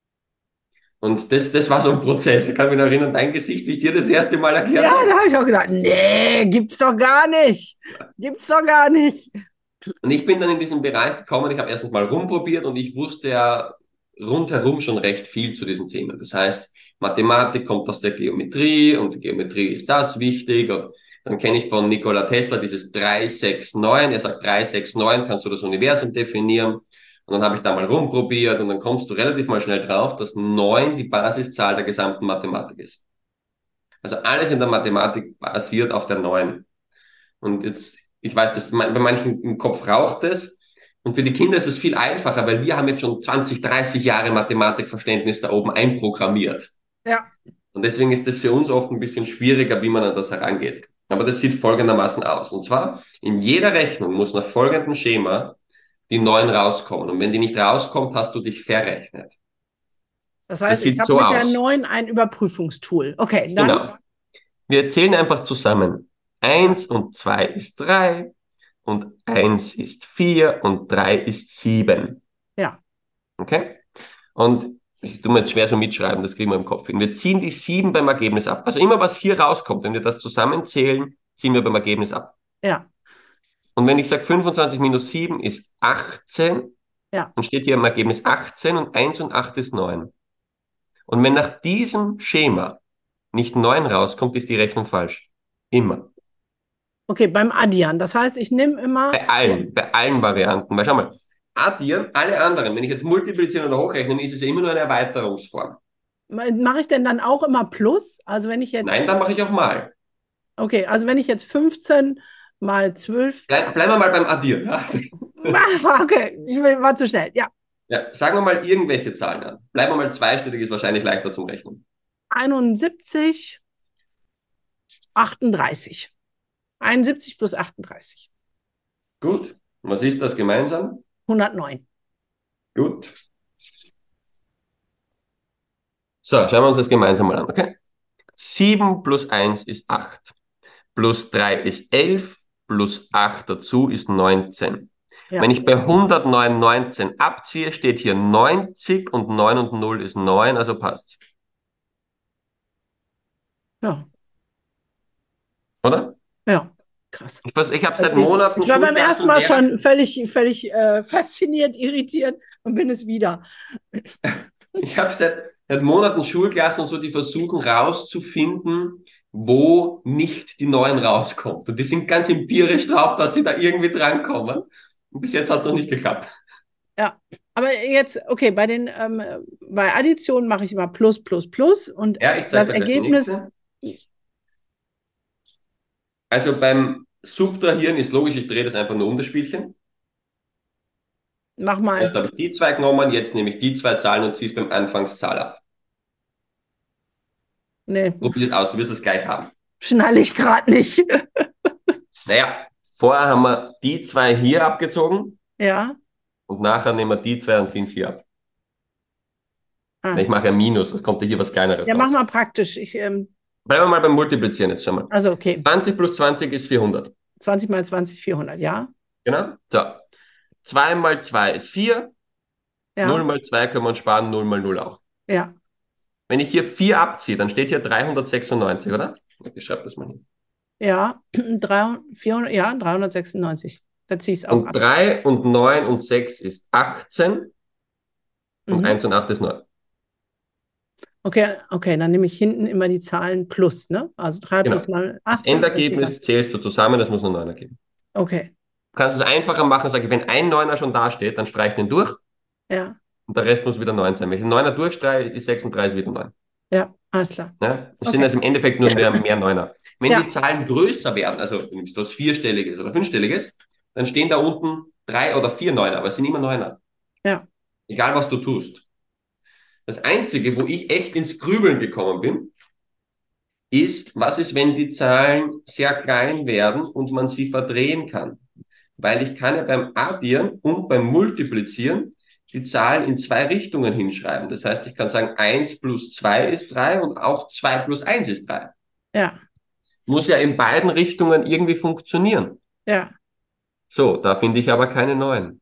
Und das, das war so ein Prozess. Ich kann mich noch erinnern, dein Gesicht, wie ich dir das erste Mal erklärt Ja, habe. da habe ich auch gedacht, nee, gibt's doch gar nicht. Gibt's doch gar nicht. Und ich bin dann in diesen Bereich gekommen, ich habe erstens mal rumprobiert und ich wusste ja rundherum schon recht viel zu diesen Themen. Das heißt, Mathematik kommt aus der Geometrie und die Geometrie ist das wichtig. Und dann kenne ich von Nikola Tesla dieses drei sechs neun. Er sagt, drei sechs neun kannst du das Universum definieren. Und dann habe ich da mal rumprobiert und dann kommst du relativ mal schnell drauf, dass neun die Basiszahl der gesamten Mathematik ist. Also alles in der Mathematik basiert auf der neun. Und jetzt, ich weiß, dass bei manchen im Kopf raucht es. Und für die Kinder ist es viel einfacher, weil wir haben jetzt schon zwanzig, dreißig Jahre Mathematikverständnis da oben einprogrammiert. Ja. Und deswegen ist das für uns oft ein bisschen schwieriger, wie man an das herangeht. Aber das sieht folgendermaßen aus. Und zwar, in jeder Rechnung muss nach folgendem Schema die neun rauskommen. Und wenn die nicht rauskommt, hast du dich verrechnet. Das heißt, Das sieht ich habe so mit aus. der neun ein Überprüfungstool. Okay, dann. Genau. Wir zählen einfach zusammen. Eins und zwei ist drei und eins ist vier und drei ist sieben. Ja. Okay? Und ich tue mir jetzt schwer so mitschreiben, das kriegen wir im Kopf hin. Wir ziehen die sieben beim Ergebnis ab. Also immer, was hier rauskommt, wenn wir das zusammenzählen, ziehen wir beim Ergebnis ab. Ja. Und wenn ich sage, fünfundzwanzig minus sieben ist achtzehn, Ja. dann steht hier im Ergebnis achtzehn und eins und acht ist neun. Und wenn nach diesem Schema nicht neun rauskommt, ist die Rechnung falsch. Immer. Okay, beim Addieren. Das heißt, ich nehme immer. Bei allen, bei allen Varianten. Weil schau mal, addieren, alle anderen, wenn ich jetzt multiplizieren oder hochrechnen, ist es ja immer nur eine Erweiterungsform. Mache ich denn dann auch immer Plus? Also wenn ich jetzt. Nein, dann mache ich auch mal. Okay, also wenn ich jetzt fünfzehn mal zwölf. Bleib, bleiben wir mal beim Addieren. Ja? Okay, ich will, war zu schnell. Ja, Ja, sagen wir mal irgendwelche Zahlen an. Bleiben wir mal zweistellig, ist wahrscheinlich leichter zum Rechnen. einundsiebzig, achtunddreißig. einundsiebzig plus achtunddreißig. Gut. Was ist das gemeinsam? hundertneun. Gut. So, schauen wir uns das gemeinsam mal an, okay? sieben plus eins ist acht. Plus drei ist elf. Plus acht dazu ist neunzehn. Ja. Wenn ich bei hundertneun neunzehn abziehe, steht hier neunzig und neun und null ist neun, also passt. Ja. Oder? Ja. Krass. Ich, ich habe seit Okay. Monaten Ich war beim ersten Mal Schulklassenlehrer. schon völlig, völlig äh, fasziniert, irritiert und bin es wieder. Ich habe seit, seit Monaten Schulklassen und so, die versuchen rauszufinden, wo nicht die Neuen rauskommt. Und die sind ganz empirisch drauf, dass sie da irgendwie drankommen. Und bis jetzt hat es noch nicht geklappt. Ja, aber jetzt, okay, bei den ähm, bei Addition mache ich immer Plus, Plus, Plus und Ja, ich das zeige dir gleich die Ergebnis, nächste. Also beim Subtrahieren ist logisch, ich drehe das einfach nur um das Spielchen. mach mal. Erst habe ich die zwei genommen, jetzt nehme ich die zwei Zahlen und ziehe es beim Anfangszahl ab. Nee, Probier es aus, du wirst es gleich haben. schnalle ich gerade nicht. Naja, vorher haben wir die zwei hier abgezogen Ja. und nachher nehmen wir die zwei und ziehen es hier ab. Ah. Ich mache ja Minus, das kommt ja hier was Kleineres Ja, raus. mach mal praktisch. Ich, ähm, Bleiben wir mal beim Multiplizieren jetzt schon mal. also okay, zwanzig plus zwanzig ist vierhundert. zwanzig mal zwanzig, vierhundert, ja? Genau. So. zwei mal zwei ist vier. Ja. null mal zwei können wir uns sparen, null mal null auch. Ja. Wenn ich hier vier abziehe, dann steht hier dreihundertsechsundneunzig, oder? Ich schreibe das mal hin. Ja, dreihundert, vierhundert, ja, dreihundertsechsundneunzig. Da ziehe ich es auch Und ab. drei und neun und sechs ist achtzehn und Mhm. eins und acht ist neun. Okay, okay, dann nehme ich hinten immer die Zahlen plus, ne? Also drei Genau. plus neun, Das achtzehn. Endergebnis zählst du zusammen, das muss eine neun ergeben. Okay, Du kannst es einfacher machen, sage ich, wenn ein Neuner schon da steht, dann streich den durch ja, und der Rest muss wieder neun sein. Wenn ich den Neuner durchstreiche, ist sechsunddreißig wieder neun. ja, alles klar. Ja? Das Okay. sind also im Endeffekt nur mehr, mehr Neuner. Wenn Ja. die Zahlen größer werden, also wenn du was Vierstelliges oder Fünfstelliges, dann stehen da unten drei oder vier Neuner, aber es sind immer Neuner. Ja. Egal, was du tust. Das Einzige, wo ich echt ins Grübeln gekommen bin, ist, was ist, wenn die Zahlen sehr klein werden und man sie verdrehen kann? Weil ich kann ja beim Addieren und beim Multiplizieren die Zahlen in zwei Richtungen hinschreiben. Das heißt, ich kann sagen, eins plus zwei ist drei und auch zwei plus eins ist drei. Ja. Muss ja in beiden Richtungen irgendwie funktionieren. Ja. So, da finde ich aber keine neuen.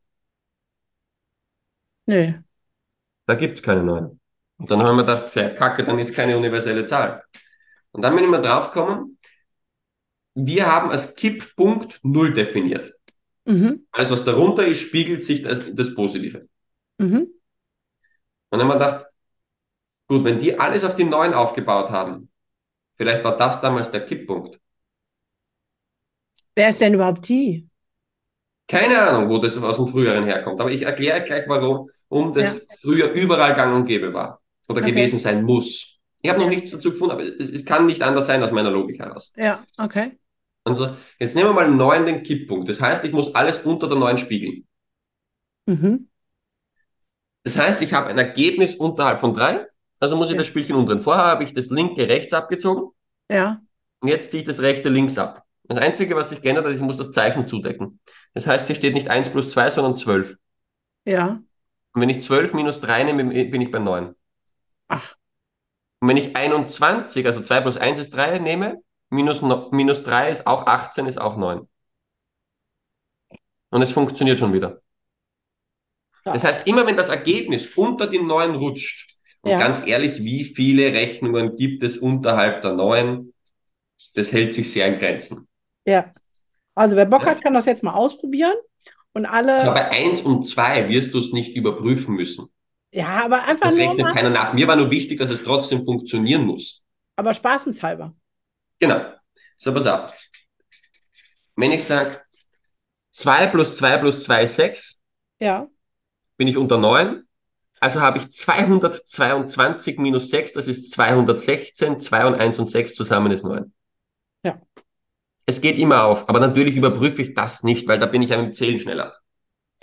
Nö. Da gibt's keine neuen. Und dann haben wir gedacht, ja, Kacke, dann ist keine universelle Zahl. Und dann bin ich mal draufgekommen, wir haben als Kipppunkt null definiert. Mhm. Alles, was darunter ist, spiegelt sich das, das Positive. Mhm. Und dann haben wir gedacht, gut, wenn die alles auf die neun aufgebaut haben, vielleicht war das damals der Kipppunkt. Wer ist denn überhaupt die? Keine Ahnung, wo das aus dem Früheren herkommt, aber ich erkläre gleich, warum um das Ja. früher überall gang und gäbe war oder Okay. gewesen sein muss. Ich habe noch Ja. nichts dazu gefunden, aber es, es kann nicht anders sein aus meiner Logik heraus. Ja, okay. Also, jetzt nehmen wir mal neun den Kipppunkt. Das heißt, ich muss alles unter der neun spiegeln. Mhm. Das heißt, ich habe ein Ergebnis unterhalb von drei, also muss ich Ja. das Spielchen umdrehen. Vorher habe ich das linke rechts abgezogen Ja. und jetzt ziehe ich das rechte links ab. Das Einzige, was sich geändert hat, ist, ich muss das Zeichen zudecken. Das heißt, hier steht nicht eins plus zwei, sondern zwölf. Ja. Und wenn ich zwölf minus drei nehme, bin ich bei neun. Ach. Und wenn ich einundzwanzig, also zwei plus eins ist drei, nehme, minus, no, minus drei ist auch achtzehn, ist auch neun. Und es funktioniert schon wieder. Das Krass. heißt, immer wenn das Ergebnis unter die neun rutscht, und Ja. ganz ehrlich, wie viele Rechnungen gibt es unterhalb der neun? Das hält sich sehr in Grenzen. Ja. Also wer Bock Ja. hat, kann das jetzt mal ausprobieren. Und Aber alle, bei eins und zwei wirst du es nicht überprüfen müssen. ja, aber einfach Das nur rechnet mal, keiner nach. Mir war nur wichtig, dass es trotzdem funktionieren muss. aber spaßenshalber. Genau. So, pass auf. Wenn ich sage, zwei plus zwei plus zwei ist sechs, Ja. bin ich unter neun. Also habe ich zweihundertzweiundzwanzig minus sechs, das ist zweihundertsechzehn, zwei und eins und sechs zusammen ist neun. Ja. Es geht immer auf, aber natürlich überprüfe ich das nicht, weil da bin ich ja mit dem Zählen schneller.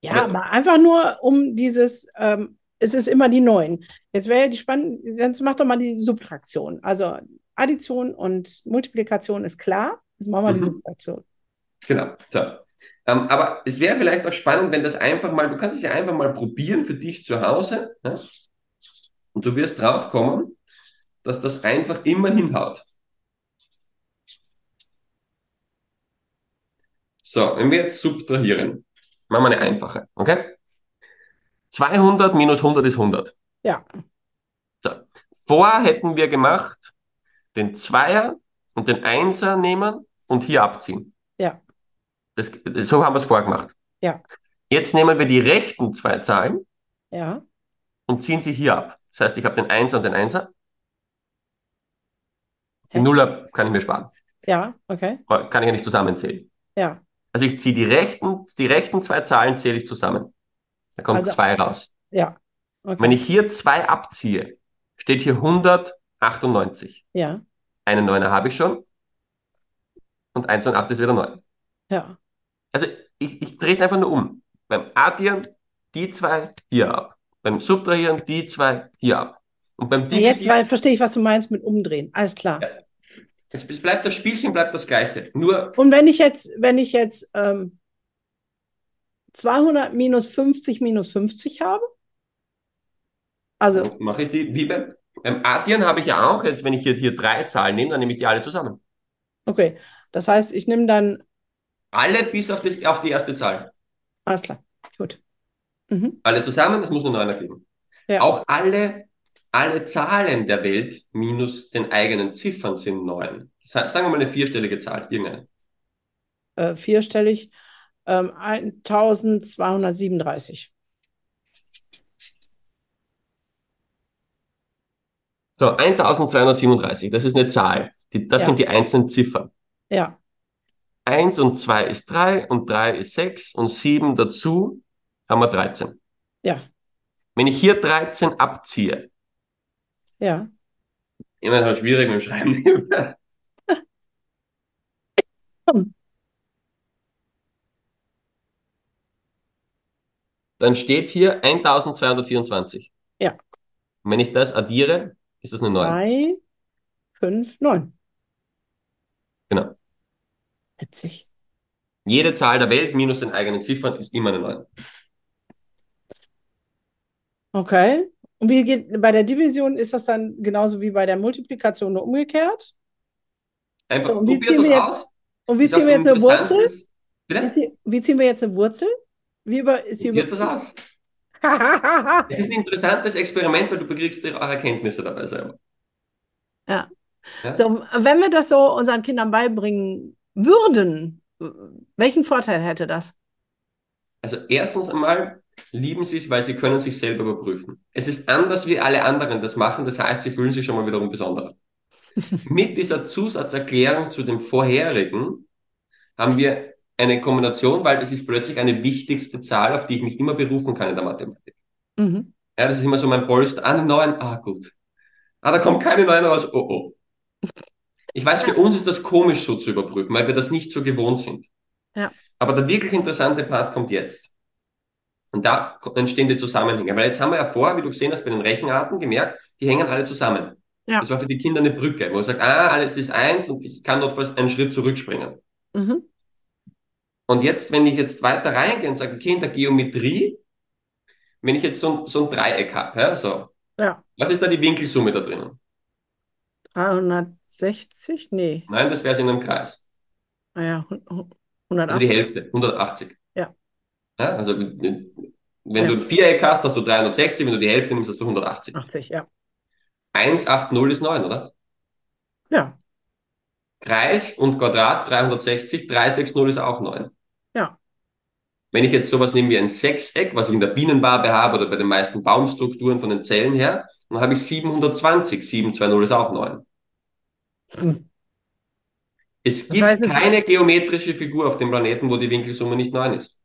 Ja, aber einfach nur um dieses, ähm, es ist immer die neun. Jetzt wäre ja die spannend, jetzt mach doch mal die Subtraktion. Also Addition und Multiplikation ist klar. Jetzt machen wir die Mhm. Subtraktion. Genau. So. Ähm, aber es wäre vielleicht auch spannend, wenn das einfach mal, du kannst es ja einfach mal probieren für dich zu Hause, ja? Und du wirst drauf kommen, dass das einfach immer hinhaut. So, wenn wir jetzt subtrahieren, machen wir eine einfache, okay? zweihundert minus hundert ist hundert. Ja, So. Vorher hätten wir gemacht, den Zweier und den Einser nehmen und hier abziehen. ja, Das, so haben wir es vorher gemacht. ja, Jetzt nehmen wir die rechten zwei Zahlen ja. und ziehen sie hier ab. Das heißt, ich habe den Einser und den Einser. Die Hä? Nuller kann ich mir sparen. Ja, okay. Kann ich ja nicht zusammenzählen. Ja. Also ich ziehe die rechten, die rechten zwei Zahlen zähle ich zusammen. Da kommt Also, zwei raus. ja, Wenn okay. ich hier zwei abziehe, steht hier hundertachtundneunzig. Ja, Einen Neuner habe ich schon und eins und acht ist wieder neun. ja. Also ich, ich drehe es einfach nur um. Beim Addieren die zwei hier ab. Beim Subtrahieren die zwei hier ab. Und beim Ja, jetzt Dividieren, weil, verstehe ich, was du meinst mit umdrehen. Alles klar. ja, es, es bleibt das Spielchen, bleibt das gleiche. Nur Und wenn ich jetzt, wenn ich jetzt ähm, zweihundert minus fünfzig minus fünfzig habe, also, dann mache ich die, wie beim, beim Addieren habe ich ja auch, jetzt wenn ich hier, hier drei Zahlen nehme, dann nehme ich die alle zusammen. okay. Das heißt, ich nehme dann, Alle bis auf, das, auf die erste Zahl. alles klar, gut. Mhm. Alle zusammen, das muss nur Neuner geben. Ja, Auch alle, alle Zahlen der Welt minus den eigenen Ziffern sind neun. Das heißt, sagen wir mal eine vierstellige Zahl, irgendeine. äh, vierstellig, ähm, eintausendzweihundertsiebenunddreißig. So, eintausendzweihundertsiebenunddreißig, das ist eine Zahl. Die, das Ja, sind die einzelnen Ziffern. ja, Eins und zwei ist drei und drei ist sechs und sieben dazu haben wir dreizehn. ja, Wenn ich hier dreizehn abziehe, ja. immer noch schwierig mit dem Schreiben, Hm. dann steht hier eintausendzweihundertvierundzwanzig. Ja, Und wenn ich das addiere, ist das eine neun. drei, fünf, neun. Genau. Witzig. Jede Zahl der Welt minus den eigenen Ziffern ist immer eine neun. Okay. Und wie geht bei der Division, ist das dann genauso wie bei der Multiplikation nur umgekehrt? So, Einfach und wie probiert ziehen das wir jetzt, aus. und wie Ist ziehen auch wir jetzt eine interessant Wurzel? ist. Wie, Bitte? zie wie ziehen wir jetzt eine Wurzel? Wie über, ist sie über. Probiert das aus. Es ist ein interessantes Experiment, weil du bekriegst auch Erkenntnisse dabei selber. Ja. Ja? So, wenn wir das so unseren Kindern beibringen würden, welchen Vorteil hätte das? Also erstens einmal lieben sie es, weil sie können sich selber überprüfen. Es ist anders, wie alle anderen das machen. Das heißt, sie fühlen sich schon mal wiederum besonderer. Mit dieser Zusatzerklärung zu dem vorherigen haben wir eine Kombination, weil das ist plötzlich eine wichtigste Zahl, auf die ich mich immer berufen kann in der Mathematik. Mhm. Ja, das ist immer so mein Polster. Ah, eine neun. Ah, gut. Ah, da kommt keine neun raus. Oh, oh. Ich weiß, für Ja. uns ist das komisch so zu überprüfen, weil wir das nicht so gewohnt sind. Ja. Aber der wirklich interessante Part kommt jetzt. Und da entstehen die Zusammenhänge. Weil jetzt haben wir ja vorher, wie du gesehen hast, bei den Rechenarten gemerkt, die hängen alle zusammen. Ja. Das war für die Kinder eine Brücke, wo man sagt, ah, alles ist eins und ich kann notfalls einen Schritt zurückspringen. Mhm. Und jetzt, wenn ich jetzt weiter reingehe und sage, okay, in der Geometrie, wenn ich jetzt so, ein- so ein Dreieck habe, ja, so, Ja. was ist da die Winkelsumme da drinnen? dreihundertsechzig? Nee. Nein, das wäre es in einem Kreis. Naja, Also die hundertachtzig. Hälfte, hundertachtzig. Ja. Ja, also wenn du Ja. ein Viereck hast, hast du dreihundertsechzig, wenn du die Hälfte nimmst, hast du hundertachtzig. achtzig, ja. hundertachtzig ist neun, oder? Ja. Kreis und Quadrat dreihundertsechzig, dreihundertsechzig ist auch neun. Ja. Wenn ich jetzt sowas nehme wie ein Sechseck, was ich in der Bienenwabe habe oder bei den meisten Baumstrukturen von den Zellen her, dann habe ich siebenhundertzwanzig, siebenhundertzwanzig ist auch neun. Hm. Es Das heißt, gibt es, keine geometrische Figur auf dem Planeten, wo die Winkelsumme nicht neun ist.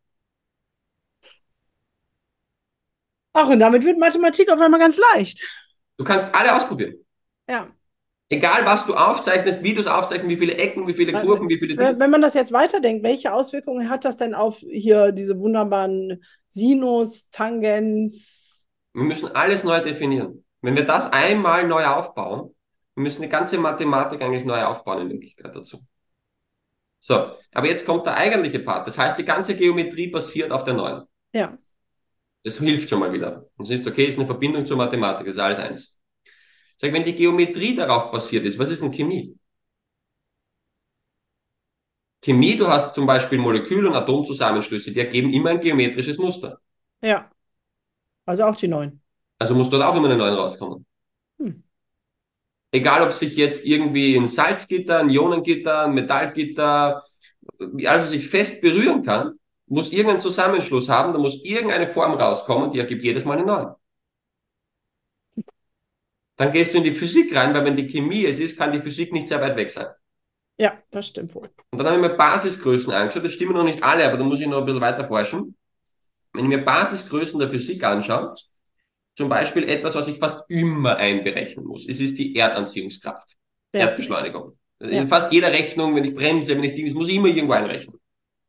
ach, und damit wird Mathematik auf einmal ganz leicht. Du kannst alle ausprobieren. Ja. Egal, was du aufzeichnest, wie du es aufzeichnest, wie viele Ecken, wie viele Kurven, wie viele Dinge. Wenn man das jetzt weiterdenkt, welche Auswirkungen hat das denn auf hier diese wunderbaren Sinus, Tangens? Wir müssen alles neu definieren. Wenn wir das einmal neu aufbauen, wir müssen die ganze Mathematik eigentlich neu aufbauen in Wirklichkeit dazu. So, aber jetzt kommt der eigentliche Part. Das heißt, die ganze Geometrie basiert auf der neuen. Ja. Das hilft schon mal wieder. Und es ist okay, es ist eine Verbindung zur Mathematik, das ist alles eins. Sag, wenn die Geometrie darauf basiert ist, was ist denn Chemie? Chemie, du hast zum Beispiel Molekül- und Atomzusammenschlüsse, die ergeben immer ein geometrisches Muster. Ja. Also auch die neuen. Also muss dort auch immer eine neun rauskommen. Hm. Egal, ob sich jetzt irgendwie ein Salzgitter, ein Ionengitter, ein Metallgitter, also sich fest berühren kann, muss irgendeinen Zusammenschluss haben, da muss irgendeine Form rauskommen, die ergibt jedes Mal eine neun. Dann gehst du in die Physik rein, weil wenn die Chemie es ist, kann die Physik nicht sehr weit weg sein. Ja, das stimmt wohl. Und dann habe ich mir Basisgrößen angeschaut, das stimmen noch nicht alle, aber da muss ich noch ein bisschen weiter forschen. Wenn ich mir Basisgrößen der Physik anschaue, zum Beispiel etwas, was ich fast immer einberechnen muss, es ist die Erdanziehungskraft, Ja. Erdbeschleunigung. Ja. In fast jeder Rechnung, wenn ich bremse, wenn ich Dinge, das muss ich immer irgendwo einrechnen.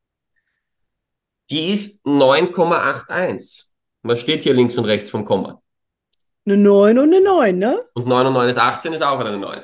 Die ist neun Komma einundachtzig. Was steht hier links und rechts vom Komma? Eine neun und eine neun, ne? Und neun und neun ist achtzehn, ist auch wieder eine neun.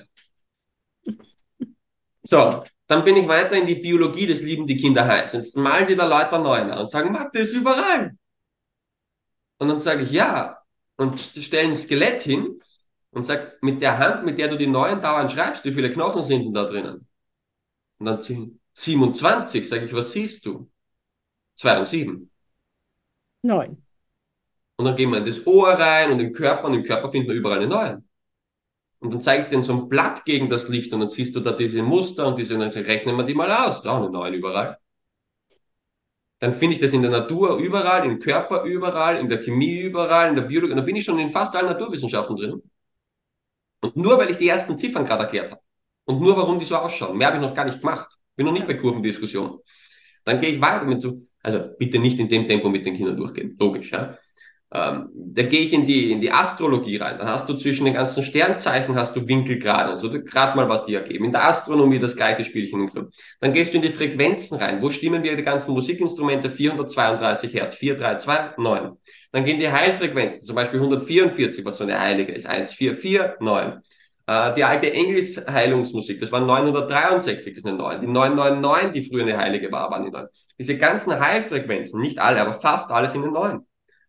So, dann bin ich weiter in die Biologie, das lieben die Kinder heiß. Jetzt malen die da Leute Neuner und sagen, Mathe ist überall. Und dann sage ich, ja. Und stellen ein Skelett hin und sag, mit der Hand, mit der du die Neuen dauernd schreibst, wie viele Knochen sind denn da drinnen? Und dann ziehen siebenundzwanzig, sage ich, was siehst du? Zwei und sieben. Neun. Und dann gehen wir in das Ohr rein und den Körper, und im Körper finden wir überall eine Neuen. Und dann zeige ich denen so ein Blatt gegen das Licht und dann siehst du da diese Muster und diese, und dann rechnen wir die mal aus. Da auch eine Neun überall. Dann finde ich das in der Natur überall, im Körper überall, in der Chemie überall, in der Biologie. Und da bin ich schon in fast allen Naturwissenschaften drin. Und nur weil ich die ersten Ziffern gerade erklärt habe. Und nur warum die so ausschauen. Mehr habe ich noch gar nicht gemacht. Bin noch nicht bei Kurvendiskussionen. Dann gehe ich weiter mit so, also bitte nicht in dem Tempo mit den Kindern durchgehen. Logisch, ja. Ähm, da gehe ich in die, in die Astrologie rein. Dann hast du zwischen den ganzen Sternzeichen hast du Winkelgrade. Also gerade mal was die ergeben. In der Astronomie das gleiche Spielchen. Dann gehst du in die Frequenzen rein. Wo stimmen wir die ganzen Musikinstrumente? vierhundertzweiunddreißig Hertz, vier drei zwei neun. Dann gehen die Heilfrequenzen, zum Beispiel hundertvierundvierzig, was so eine heilige ist, eins vier vier neun. Äh, die alte Engelsheilungsmusik, das war neunhundertdreiundsechzig, ist eine neun. Die neunhundertneunundneunzig, die früher eine heilige war, waren die neun. Diese ganzen Heilfrequenzen, nicht alle, aber fast alle sind eine neun.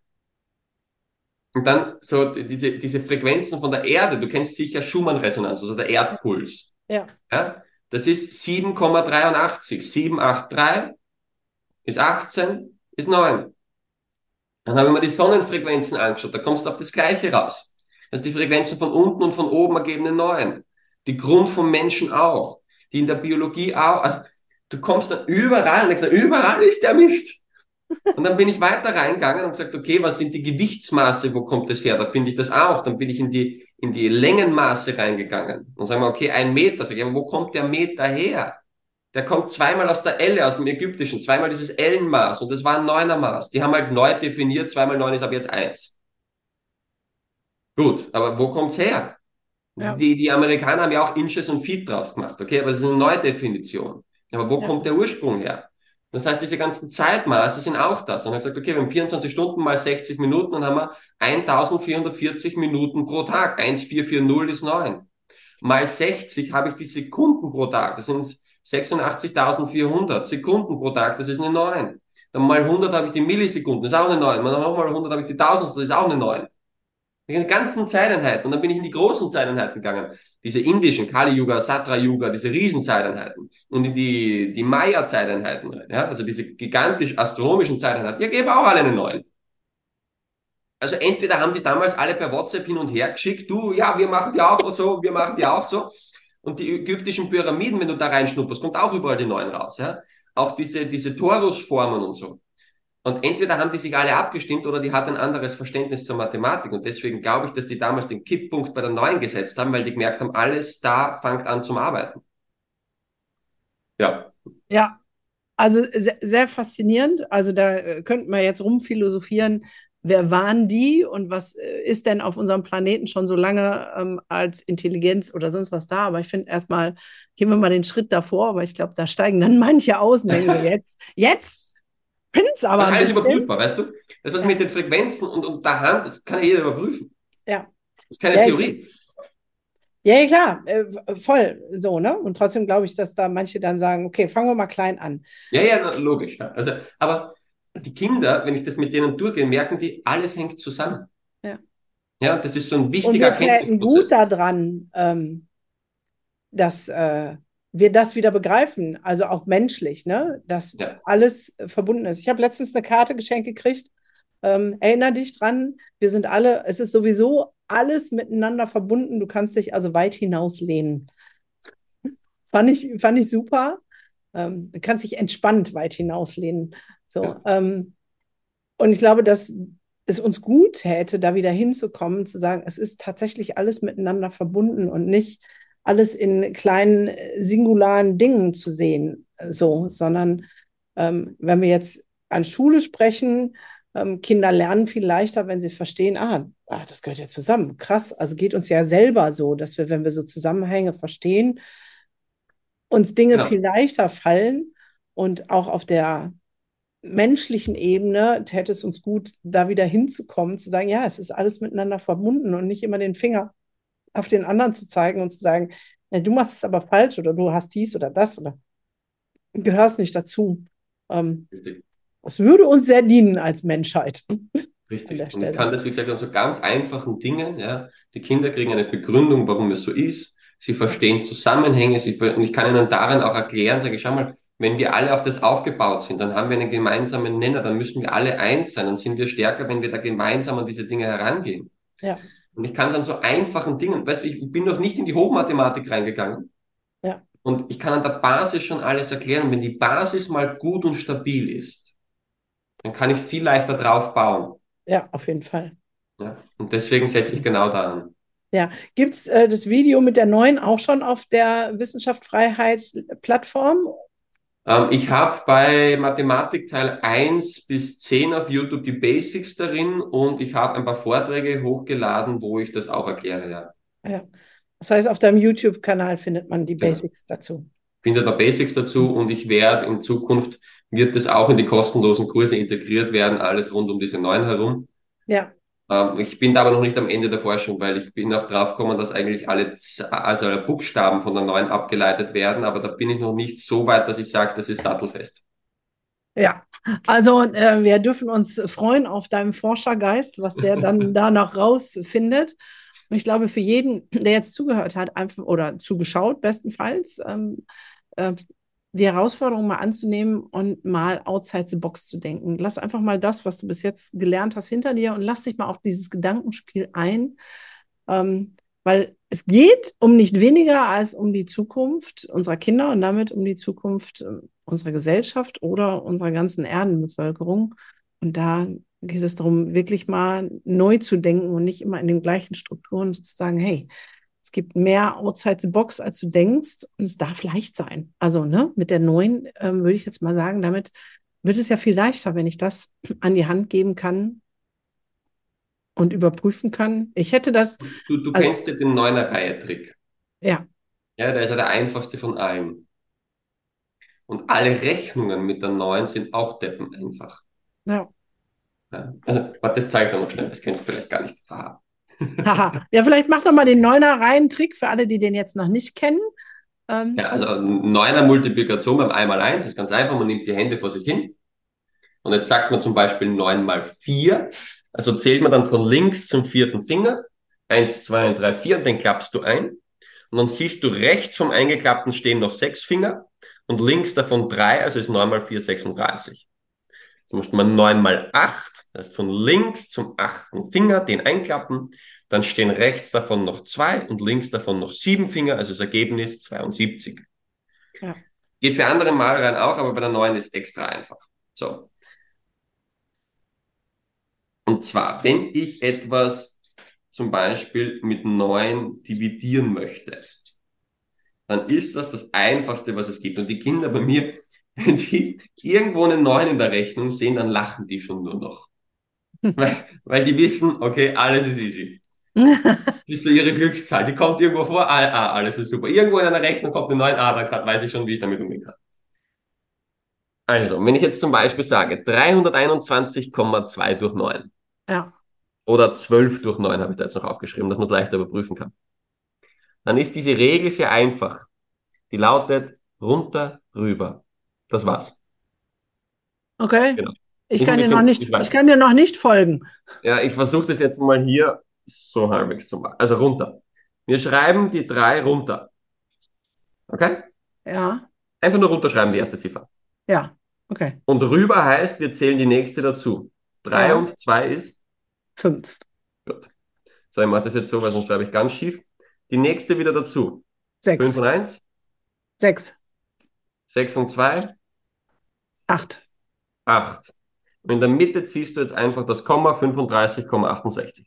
Und dann so diese, diese Frequenzen von der Erde, du kennst sicher Schumann-Resonanz, also der Erdpuls. Ja. Ja? Das ist sieben Komma dreiundachtzig. sieben acht drei ist achtzehn, ist neun. Dann habe ich mir die Sonnenfrequenzen angeschaut, da kommst du auf das Gleiche raus. Also die Frequenzen von unten und von oben ergeben eine neun. Die Grund vom Menschen auch. Die in der Biologie auch. Also du kommst dann überall und ich sage, überall ist der Mist. Und dann bin ich weiter reingegangen und gesagt, okay, was sind die Gewichtsmaße, wo kommt das her? Da finde ich das auch. Dann bin ich in die, in die Längenmaße reingegangen. Und sagen wir, okay, ein Meter. Sag ich, aber wo kommt der Meter her? Der kommt zweimal aus der Elle, aus dem Ägyptischen, zweimal dieses Ellenmaß und das war ein Neunermaß. Die haben halt neu definiert, zweimal neun ist aber jetzt eins. Gut, aber wo kommt's her? Ja. Die, die Amerikaner haben ja auch Inches und Feet draus gemacht, okay, aber das ist eine Neudefinition. Aber wo Ja. kommt der Ursprung her? Das heißt, diese ganzen Zeitmaße sind auch das. Und dann habe ich gesagt, okay, wir haben vierundzwanzig Stunden mal sechzig Minuten, dann haben wir eintausendvierhundertvierzig Minuten pro Tag. eins Komma vierhundertvierzig ist neun. Mal sechzig habe ich die Sekunden pro Tag. Das sind sechsundachtzigtausendvierhundert Sekunden pro Tag, das ist eine neun. Dann mal hundert habe ich die Millisekunden, das ist auch eine neun. Mal nochmal hundert habe ich die Tausendstel, das ist auch eine neun. Die ganzen Zeiteinheiten. Und dann bin ich in die großen Zeiteinheiten gegangen. Diese indischen, Kali-Yuga, Satra-Yuga, diese Riesenzeiteinheiten. Und in die, die Maya-Zeiteinheiten rein. Ja? Also diese gigantisch astronomischen Zeiteinheiten. Die geben auch alle eine neun. Also entweder haben die damals alle per WhatsApp hin und her geschickt, du, ja, wir machen die auch so, wir machen die auch so. Und die ägyptischen Pyramiden, wenn du da reinschnupperst, kommt auch überall die neuen raus. Ja? Auch diese, diese Torusformen und so. Und entweder haben die sich alle abgestimmt oder die hat ein anderes Verständnis zur Mathematik. Und deswegen glaube ich, dass die damals den Kipppunkt bei der neuen gesetzt haben, weil die gemerkt haben, alles da fängt an zum Arbeiten. Ja. Ja, also sehr, sehr faszinierend. Also da äh, könnten wir jetzt rumphilosophieren, wer waren die und was äh, ist denn auf unserem Planeten schon so lange ähm, als Intelligenz oder sonst was da? Aber ich finde erstmal, gehen wir mal den Schritt davor, aber ich glaube, da steigen dann manche aus und denken so, jetzt, jetzt pins aber Das ist ein alles bisschen. überprüfbar, weißt du? Das, was Ja, mit den Frequenzen und, und der Hand, das kann ja jeder überprüfen. ja. Das ist keine Ja, Theorie. ja, ja, klar, äh, voll so, ne? Und trotzdem glaube ich, dass da manche dann sagen, okay, fangen wir mal klein an. Ja, ja, na, logisch. Ja. Also, aber die Kinder, wenn ich das mit denen durchgehe, merken die, alles hängt zusammen. Ja. Ja, das ist so ein Und wichtiger wir täten gut Erkenntnisprozess. daran, ähm, dass äh, wir das wieder begreifen, also auch menschlich, ne? Dass Ja, alles äh, verbunden ist. Ich habe letztens eine Karte geschenkt gekriegt. Ähm, erinner dich dran, wir sind alle, es ist sowieso alles miteinander verbunden. Du kannst dich also weit hinauslehnen. Fand ich, fand ich super. Ähm, du kannst dich entspannt weit hinauslehnen. So, ja, ähm, und ich glaube, dass es uns gut täte, da wieder hinzukommen, zu sagen, es ist tatsächlich alles miteinander verbunden und nicht alles in kleinen äh, singularen Dingen zu sehen, äh, so, sondern ähm, wenn wir jetzt an Schule sprechen, ähm, Kinder lernen viel leichter, wenn sie verstehen, ah, ah, das gehört ja zusammen. Krass, also geht uns ja selber so, dass wir, wenn wir so Zusammenhänge verstehen, uns Dinge viel genau. leichter fallen und auch auf der menschlichen Ebene täte es uns gut, da wieder hinzukommen, zu sagen, ja, es ist alles miteinander verbunden und nicht immer den Finger auf den anderen zu zeigen und zu sagen, ja, du machst es aber falsch oder du hast dies oder das oder gehörst nicht dazu. Ähm, Richtig. das würde uns sehr dienen als Menschheit an der Richtig. Und ich Stelle. kann das, wie gesagt, an so ganz einfachen Dingen, ja, die Kinder kriegen eine Begründung, warum es so ist. Sie Ja, verstehen Zusammenhänge, sie, ver- und ich kann ihnen darin auch erklären, sage ich, schau mal, wenn wir alle auf das aufgebaut sind, dann haben wir einen gemeinsamen Nenner, dann müssen wir alle eins sein, dann sind wir stärker, wenn wir da gemeinsam an diese Dinge herangehen. ja, Und ich kann es an so einfachen Dingen, weißt du, ich bin noch nicht in die Hochmathematik reingegangen ja, und ich kann an der Basis schon alles erklären. Und wenn die Basis mal gut und stabil ist, dann kann ich viel leichter drauf bauen. ja, auf jeden Fall. Ja? Und deswegen setze ich genau da an. Ja, gibt es äh, das Video mit der neuen auch schon auf der Wissenschaft Freiheit Plattform? Ähm, ich habe bei Mathematik Teil eins bis zehn auf YouTube die Basics darin und ich habe ein paar Vorträge hochgeladen, wo ich das auch erkläre, ja. Ja. Das heißt, auf deinem YouTube-Kanal findet man die Genau. Basics dazu. Findet da Basics dazu und ich werde in Zukunft, wird das auch in die kostenlosen Kurse integriert werden, alles rund um diese neuen herum. Ja, Ähm, ich bin da aber noch nicht am Ende der Forschung, weil ich bin auch drauf gekommen, dass eigentlich alle, Z- also alle Buchstaben von der neuen abgeleitet werden, aber da bin ich noch nicht so weit, dass ich sage, das ist sattelfest. ja. Also äh, wir dürfen uns freuen auf deinem Forschergeist, was der dann da noch rausfindet. Und ich glaube, für jeden, der jetzt zugehört hat, einfach oder zugeschaut, bestenfalls, ähm, äh, die Herausforderung mal anzunehmen und mal outside the box zu denken. Lass einfach mal das, was du bis jetzt gelernt hast, hinter dir und lass dich mal auf dieses Gedankenspiel ein. Ähm, weil es geht um nicht weniger als um die Zukunft unserer Kinder und damit um die Zukunft äh, unserer Gesellschaft oder unserer ganzen Erdenbevölkerung. Und da geht es darum, wirklich mal neu zu denken und nicht immer in den gleichen Strukturen zu sagen, hey, es gibt mehr outside the box, als du denkst, und es darf leicht sein. Also, ne, mit der neuen ähm, würde ich jetzt mal sagen, damit wird es ja viel leichter, wenn ich das an die Hand geben kann und überprüfen kann. Ich hätte das, Du, du also, kennst ja den Neuner-Reihe-Trick. ja, Ja, der ist ja der einfachste von allen. Und alle Rechnungen mit der neuen sind auch deppen einfach. ja. Ja. Also, warte, das zeige ich dir noch schnell, das kennst du vielleicht gar nicht. Ah. Haha. Ja, vielleicht mach noch mal den Neuner-Reihen-Trick für alle, die den jetzt noch nicht kennen. Ähm, Ja, also Neuner Multiplikation beim eins mal eins ist ganz einfach, man nimmt die Hände vor sich hin und jetzt sagt man zum Beispiel neun mal vier, also zählt man dann von links zum vierten Finger, eins, zwei, drei, vier und den klappst du ein und dann siehst du rechts vom eingeklappten stehen noch sechs Finger und links davon drei, also ist neun mal vier sechsunddreißig. Jetzt muss man neun mal acht, das heißt von links zum achten Finger den einklappen, dann stehen rechts davon noch zwei und links davon noch sieben Finger, also das Ergebnis zweiundsiebzig. ja, Geht für andere Malreihen auch, aber bei der neuen ist extra einfach. So. Und zwar, wenn ich etwas zum Beispiel mit neun dividieren möchte, dann ist das das Einfachste, was es gibt. Und die Kinder bei mir, wenn die irgendwo eine neun in der Rechnung sehen, dann lachen die schon nur noch. Weil, weil die wissen, okay, alles ist easy. Das ist so ihre Glückszahl. Die kommt irgendwo vor, ah, ah, alles ist super. Irgendwo in einer Rechnung kommt eine neue, ah, dann kann, weiß ich schon, wie ich damit umgehen kann. Also, wenn ich jetzt zum Beispiel sage, dreihunderteinundzwanzig Komma zwei durch neun Ja, oder zwölf durch neun habe ich da jetzt noch aufgeschrieben, dass man es leichter überprüfen kann, dann ist diese Regel sehr einfach. Die lautet runter, rüber. Das war's. okay. Genau. Ich Ist ein kann dir noch bisschen, ich nicht, ich weiß. kann dir noch nicht folgen. Ja, ich versuche das jetzt mal hier so halbwegs zu machen. Also runter. Wir schreiben die drei runter. Okay? Ja, Einfach nur runterschreiben, die erste Ziffer. ja, okay. Und rüber heißt, wir zählen die nächste dazu. Drei Ja, und zwei ist fünf, gut. So, ich mache das jetzt so, weil sonst schreibe ich ganz schief. Die nächste wieder dazu. Fünf sechs, und eins, sechs, sechs und zwei, acht. acht. Und in der Mitte ziehst du jetzt einfach das Komma fünfunddreißig Komma achtundsechzig.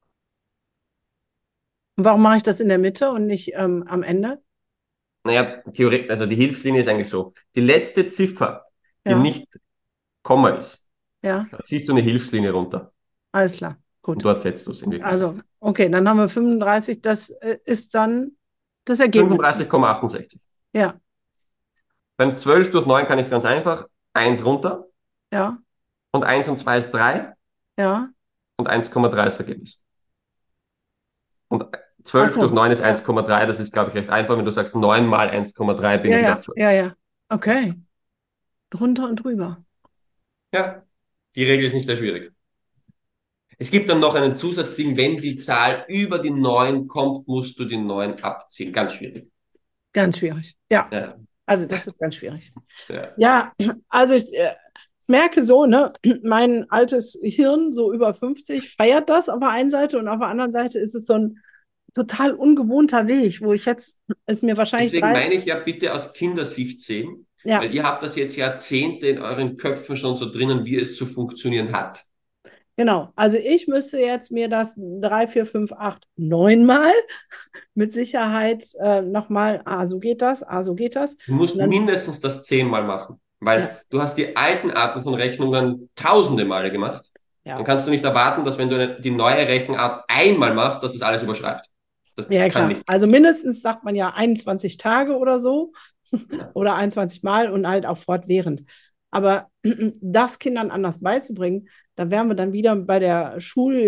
Und warum mache ich das in der Mitte und nicht ähm, am Ende? Naja, theoretisch, also die Hilfslinie ist eigentlich so. Die letzte Ziffer, die Ja, nicht Komma ist, ja, da ziehst du eine Hilfslinie runter. alles klar. Und Gut. dort setzt du es in Wirklichkeit. Also, okay, dann haben wir fünfunddreißig. Das äh, ist dann das Ergebnis. fünfunddreißig Komma achtundsechzig. Ja, Beim zwölf durch neun kann ich es ganz einfach. Eins runter ja, und eins und zwei ist drei ja. und eins Komma drei ist das Ergebnis. Und Ach zwölf durch so. neun ist Ja, eins Komma drei, das ist, glaube ich, recht einfach. Wenn du sagst neun mal eins Komma drei, bin ja, ich wieder auf ja, zwölf. ja, ja. Okay. Drunter und drüber. Ja, die Regel ist nicht sehr schwierig. Es gibt dann noch einen Zusatzding, wenn die Zahl über die neun kommt, musst du die neun abziehen. Ganz schwierig. Ganz schwierig. Ja, Ja, also das ist ganz schwierig. ja. Ja, also ich äh, merke so, ne, mein altes Hirn, so über fünfzig, feiert das auf der einen Seite und auf der anderen Seite ist es so ein total ungewohnter Weg, wo ich jetzt es mir wahrscheinlich Deswegen drei, meine ich ja, bitte aus Kindersicht sehen, ja, weil ihr habt das jetzt Jahrzehnte in euren Köpfen schon so drinnen, wie es zu funktionieren hat. genau. Also ich müsste jetzt mir das drei, vier, fünf, acht, neun Mal mit Sicherheit äh, nochmal, ah, so geht das, ah, so geht das. Du musst Und dann, mindestens das zehnmal machen, ja, weil du hast die alten Arten von Rechnungen tausende Male gemacht. Dann ja, kannst du nicht erwarten, dass wenn du eine, die neue Rechenart einmal machst, dass das alles überschreibt. Das, ja, das kann klar. nicht. Also mindestens sagt man ja einundzwanzig Tage oder so Ja, oder einundzwanzig Mal und halt auch fortwährend. Aber das Kindern anders beizubringen, da wären wir dann wieder bei der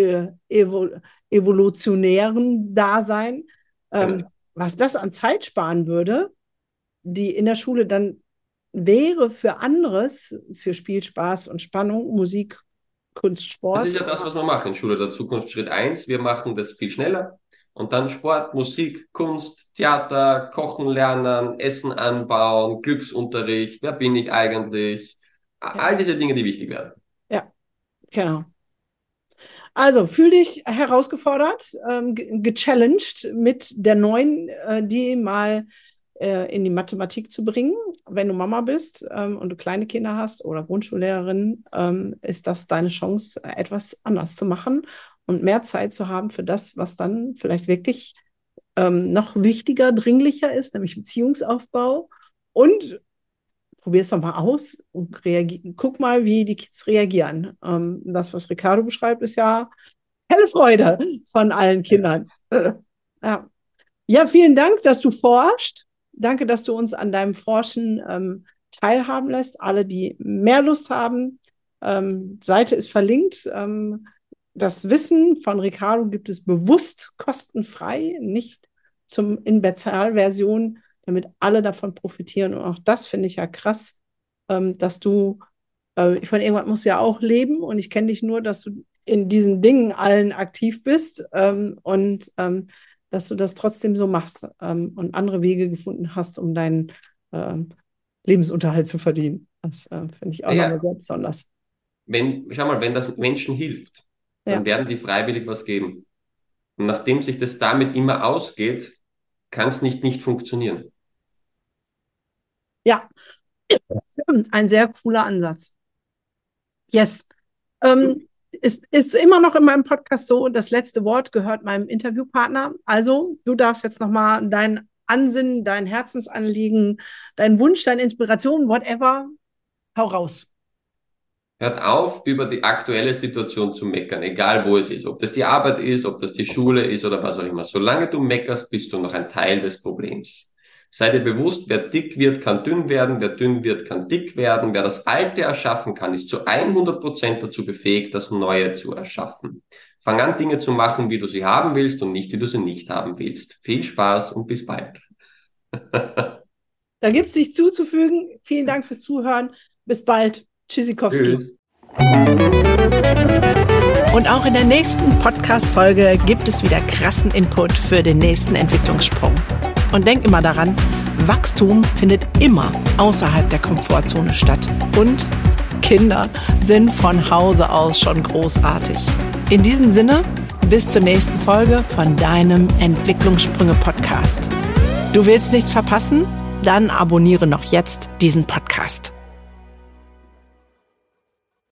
schulevolutionären Dasein, genau. ähm, was das an Zeit sparen würde, die in der Schule dann wäre für anderes, für Spielspaß und Spannung, Musik, Kunst, Das ist Sport. ja das, was wir machen in Schule der Zukunft. Schritt eins, wir machen das viel schneller. Und dann Sport, Musik, Kunst, Theater, Kochen lernen, Essen anbauen, Glücksunterricht, wer bin ich eigentlich? Ja, All diese Dinge, die wichtig werden. ja, genau. Also fühl dich herausgefordert, ähm, ge- gechallenged mit der neuen, äh, die mal äh, in die Mathematik zu bringen. Wenn du Mama bist ähm, und du kleine Kinder hast oder Grundschullehrerin, ähm, ist das deine Chance, etwas anders zu machen und mehr Zeit zu haben für das, was dann vielleicht wirklich ähm, noch wichtiger, dringlicher ist, nämlich Beziehungsaufbau. Und probier es doch mal aus und reagier, guck mal, wie die Kids reagieren. Ähm, das, was Ricardo beschreibt, ist ja helle Freude von allen Ja. Kindern. Ja. Ja, vielen Dank, dass du forschst. Danke, dass du uns an deinem Forschen ähm, teilhaben lässt. Alle, die mehr Lust haben, ähm, Seite ist verlinkt. Ähm, das Wissen von Ricardo gibt es bewusst kostenfrei, nicht zum in Bezahlversion, damit alle davon profitieren. Und auch das finde ich ja krass, ähm, dass du, äh, von irgendwas musst du ja auch leben und ich kenne dich nur, dass du in diesen Dingen allen aktiv bist ähm, und ähm, dass du das trotzdem so machst ähm, und andere Wege gefunden hast, um deinen ähm, Lebensunterhalt zu verdienen. Das äh, finde ich auch nochmal Naja, sehr besonders. wenn, schau mal, wenn das Menschen hilft, dann Ja, werden die freiwillig was geben. Und nachdem sich das damit immer ausgeht, kann es nicht nicht funktionieren. ja, ein sehr cooler Ansatz. Yes. Ähm, es ist immer noch in meinem Podcast so, das letzte Wort gehört meinem Interviewpartner. Also, du darfst jetzt nochmal dein Ansinnen, dein Herzensanliegen, dein Wunsch, deine Inspiration, whatever, hau raus. Hört auf, über die aktuelle Situation zu meckern, egal wo es ist. Ob das die Arbeit ist, ob das die Schule ist oder was auch immer. Solange du meckerst, bist du noch ein Teil des Problems. Sei dir bewusst, wer dick wird, kann dünn werden. Wer dünn wird, kann dick werden. Wer das Alte erschaffen kann, ist zu hundert Prozent dazu befähigt, das Neue zu erschaffen. Fang an, Dinge zu machen, wie du sie haben willst und nicht, wie du sie nicht haben willst. Viel Spaß und bis bald. Da gibt es nichts zuzufügen. Vielen Dank fürs Zuhören. Bis bald. Tschüssikowski. Tschüss. Und auch in der nächsten Podcast-Folge gibt es wieder krassen Input für den nächsten Entwicklungssprung. Und denk immer daran, Wachstum findet immer außerhalb der Komfortzone statt. Und Kinder sind von Hause aus schon großartig. In diesem Sinne, bis zur nächsten Folge von deinem Entwicklungssprünge-Podcast. Du willst nichts verpassen? Dann abonniere noch jetzt diesen Podcast.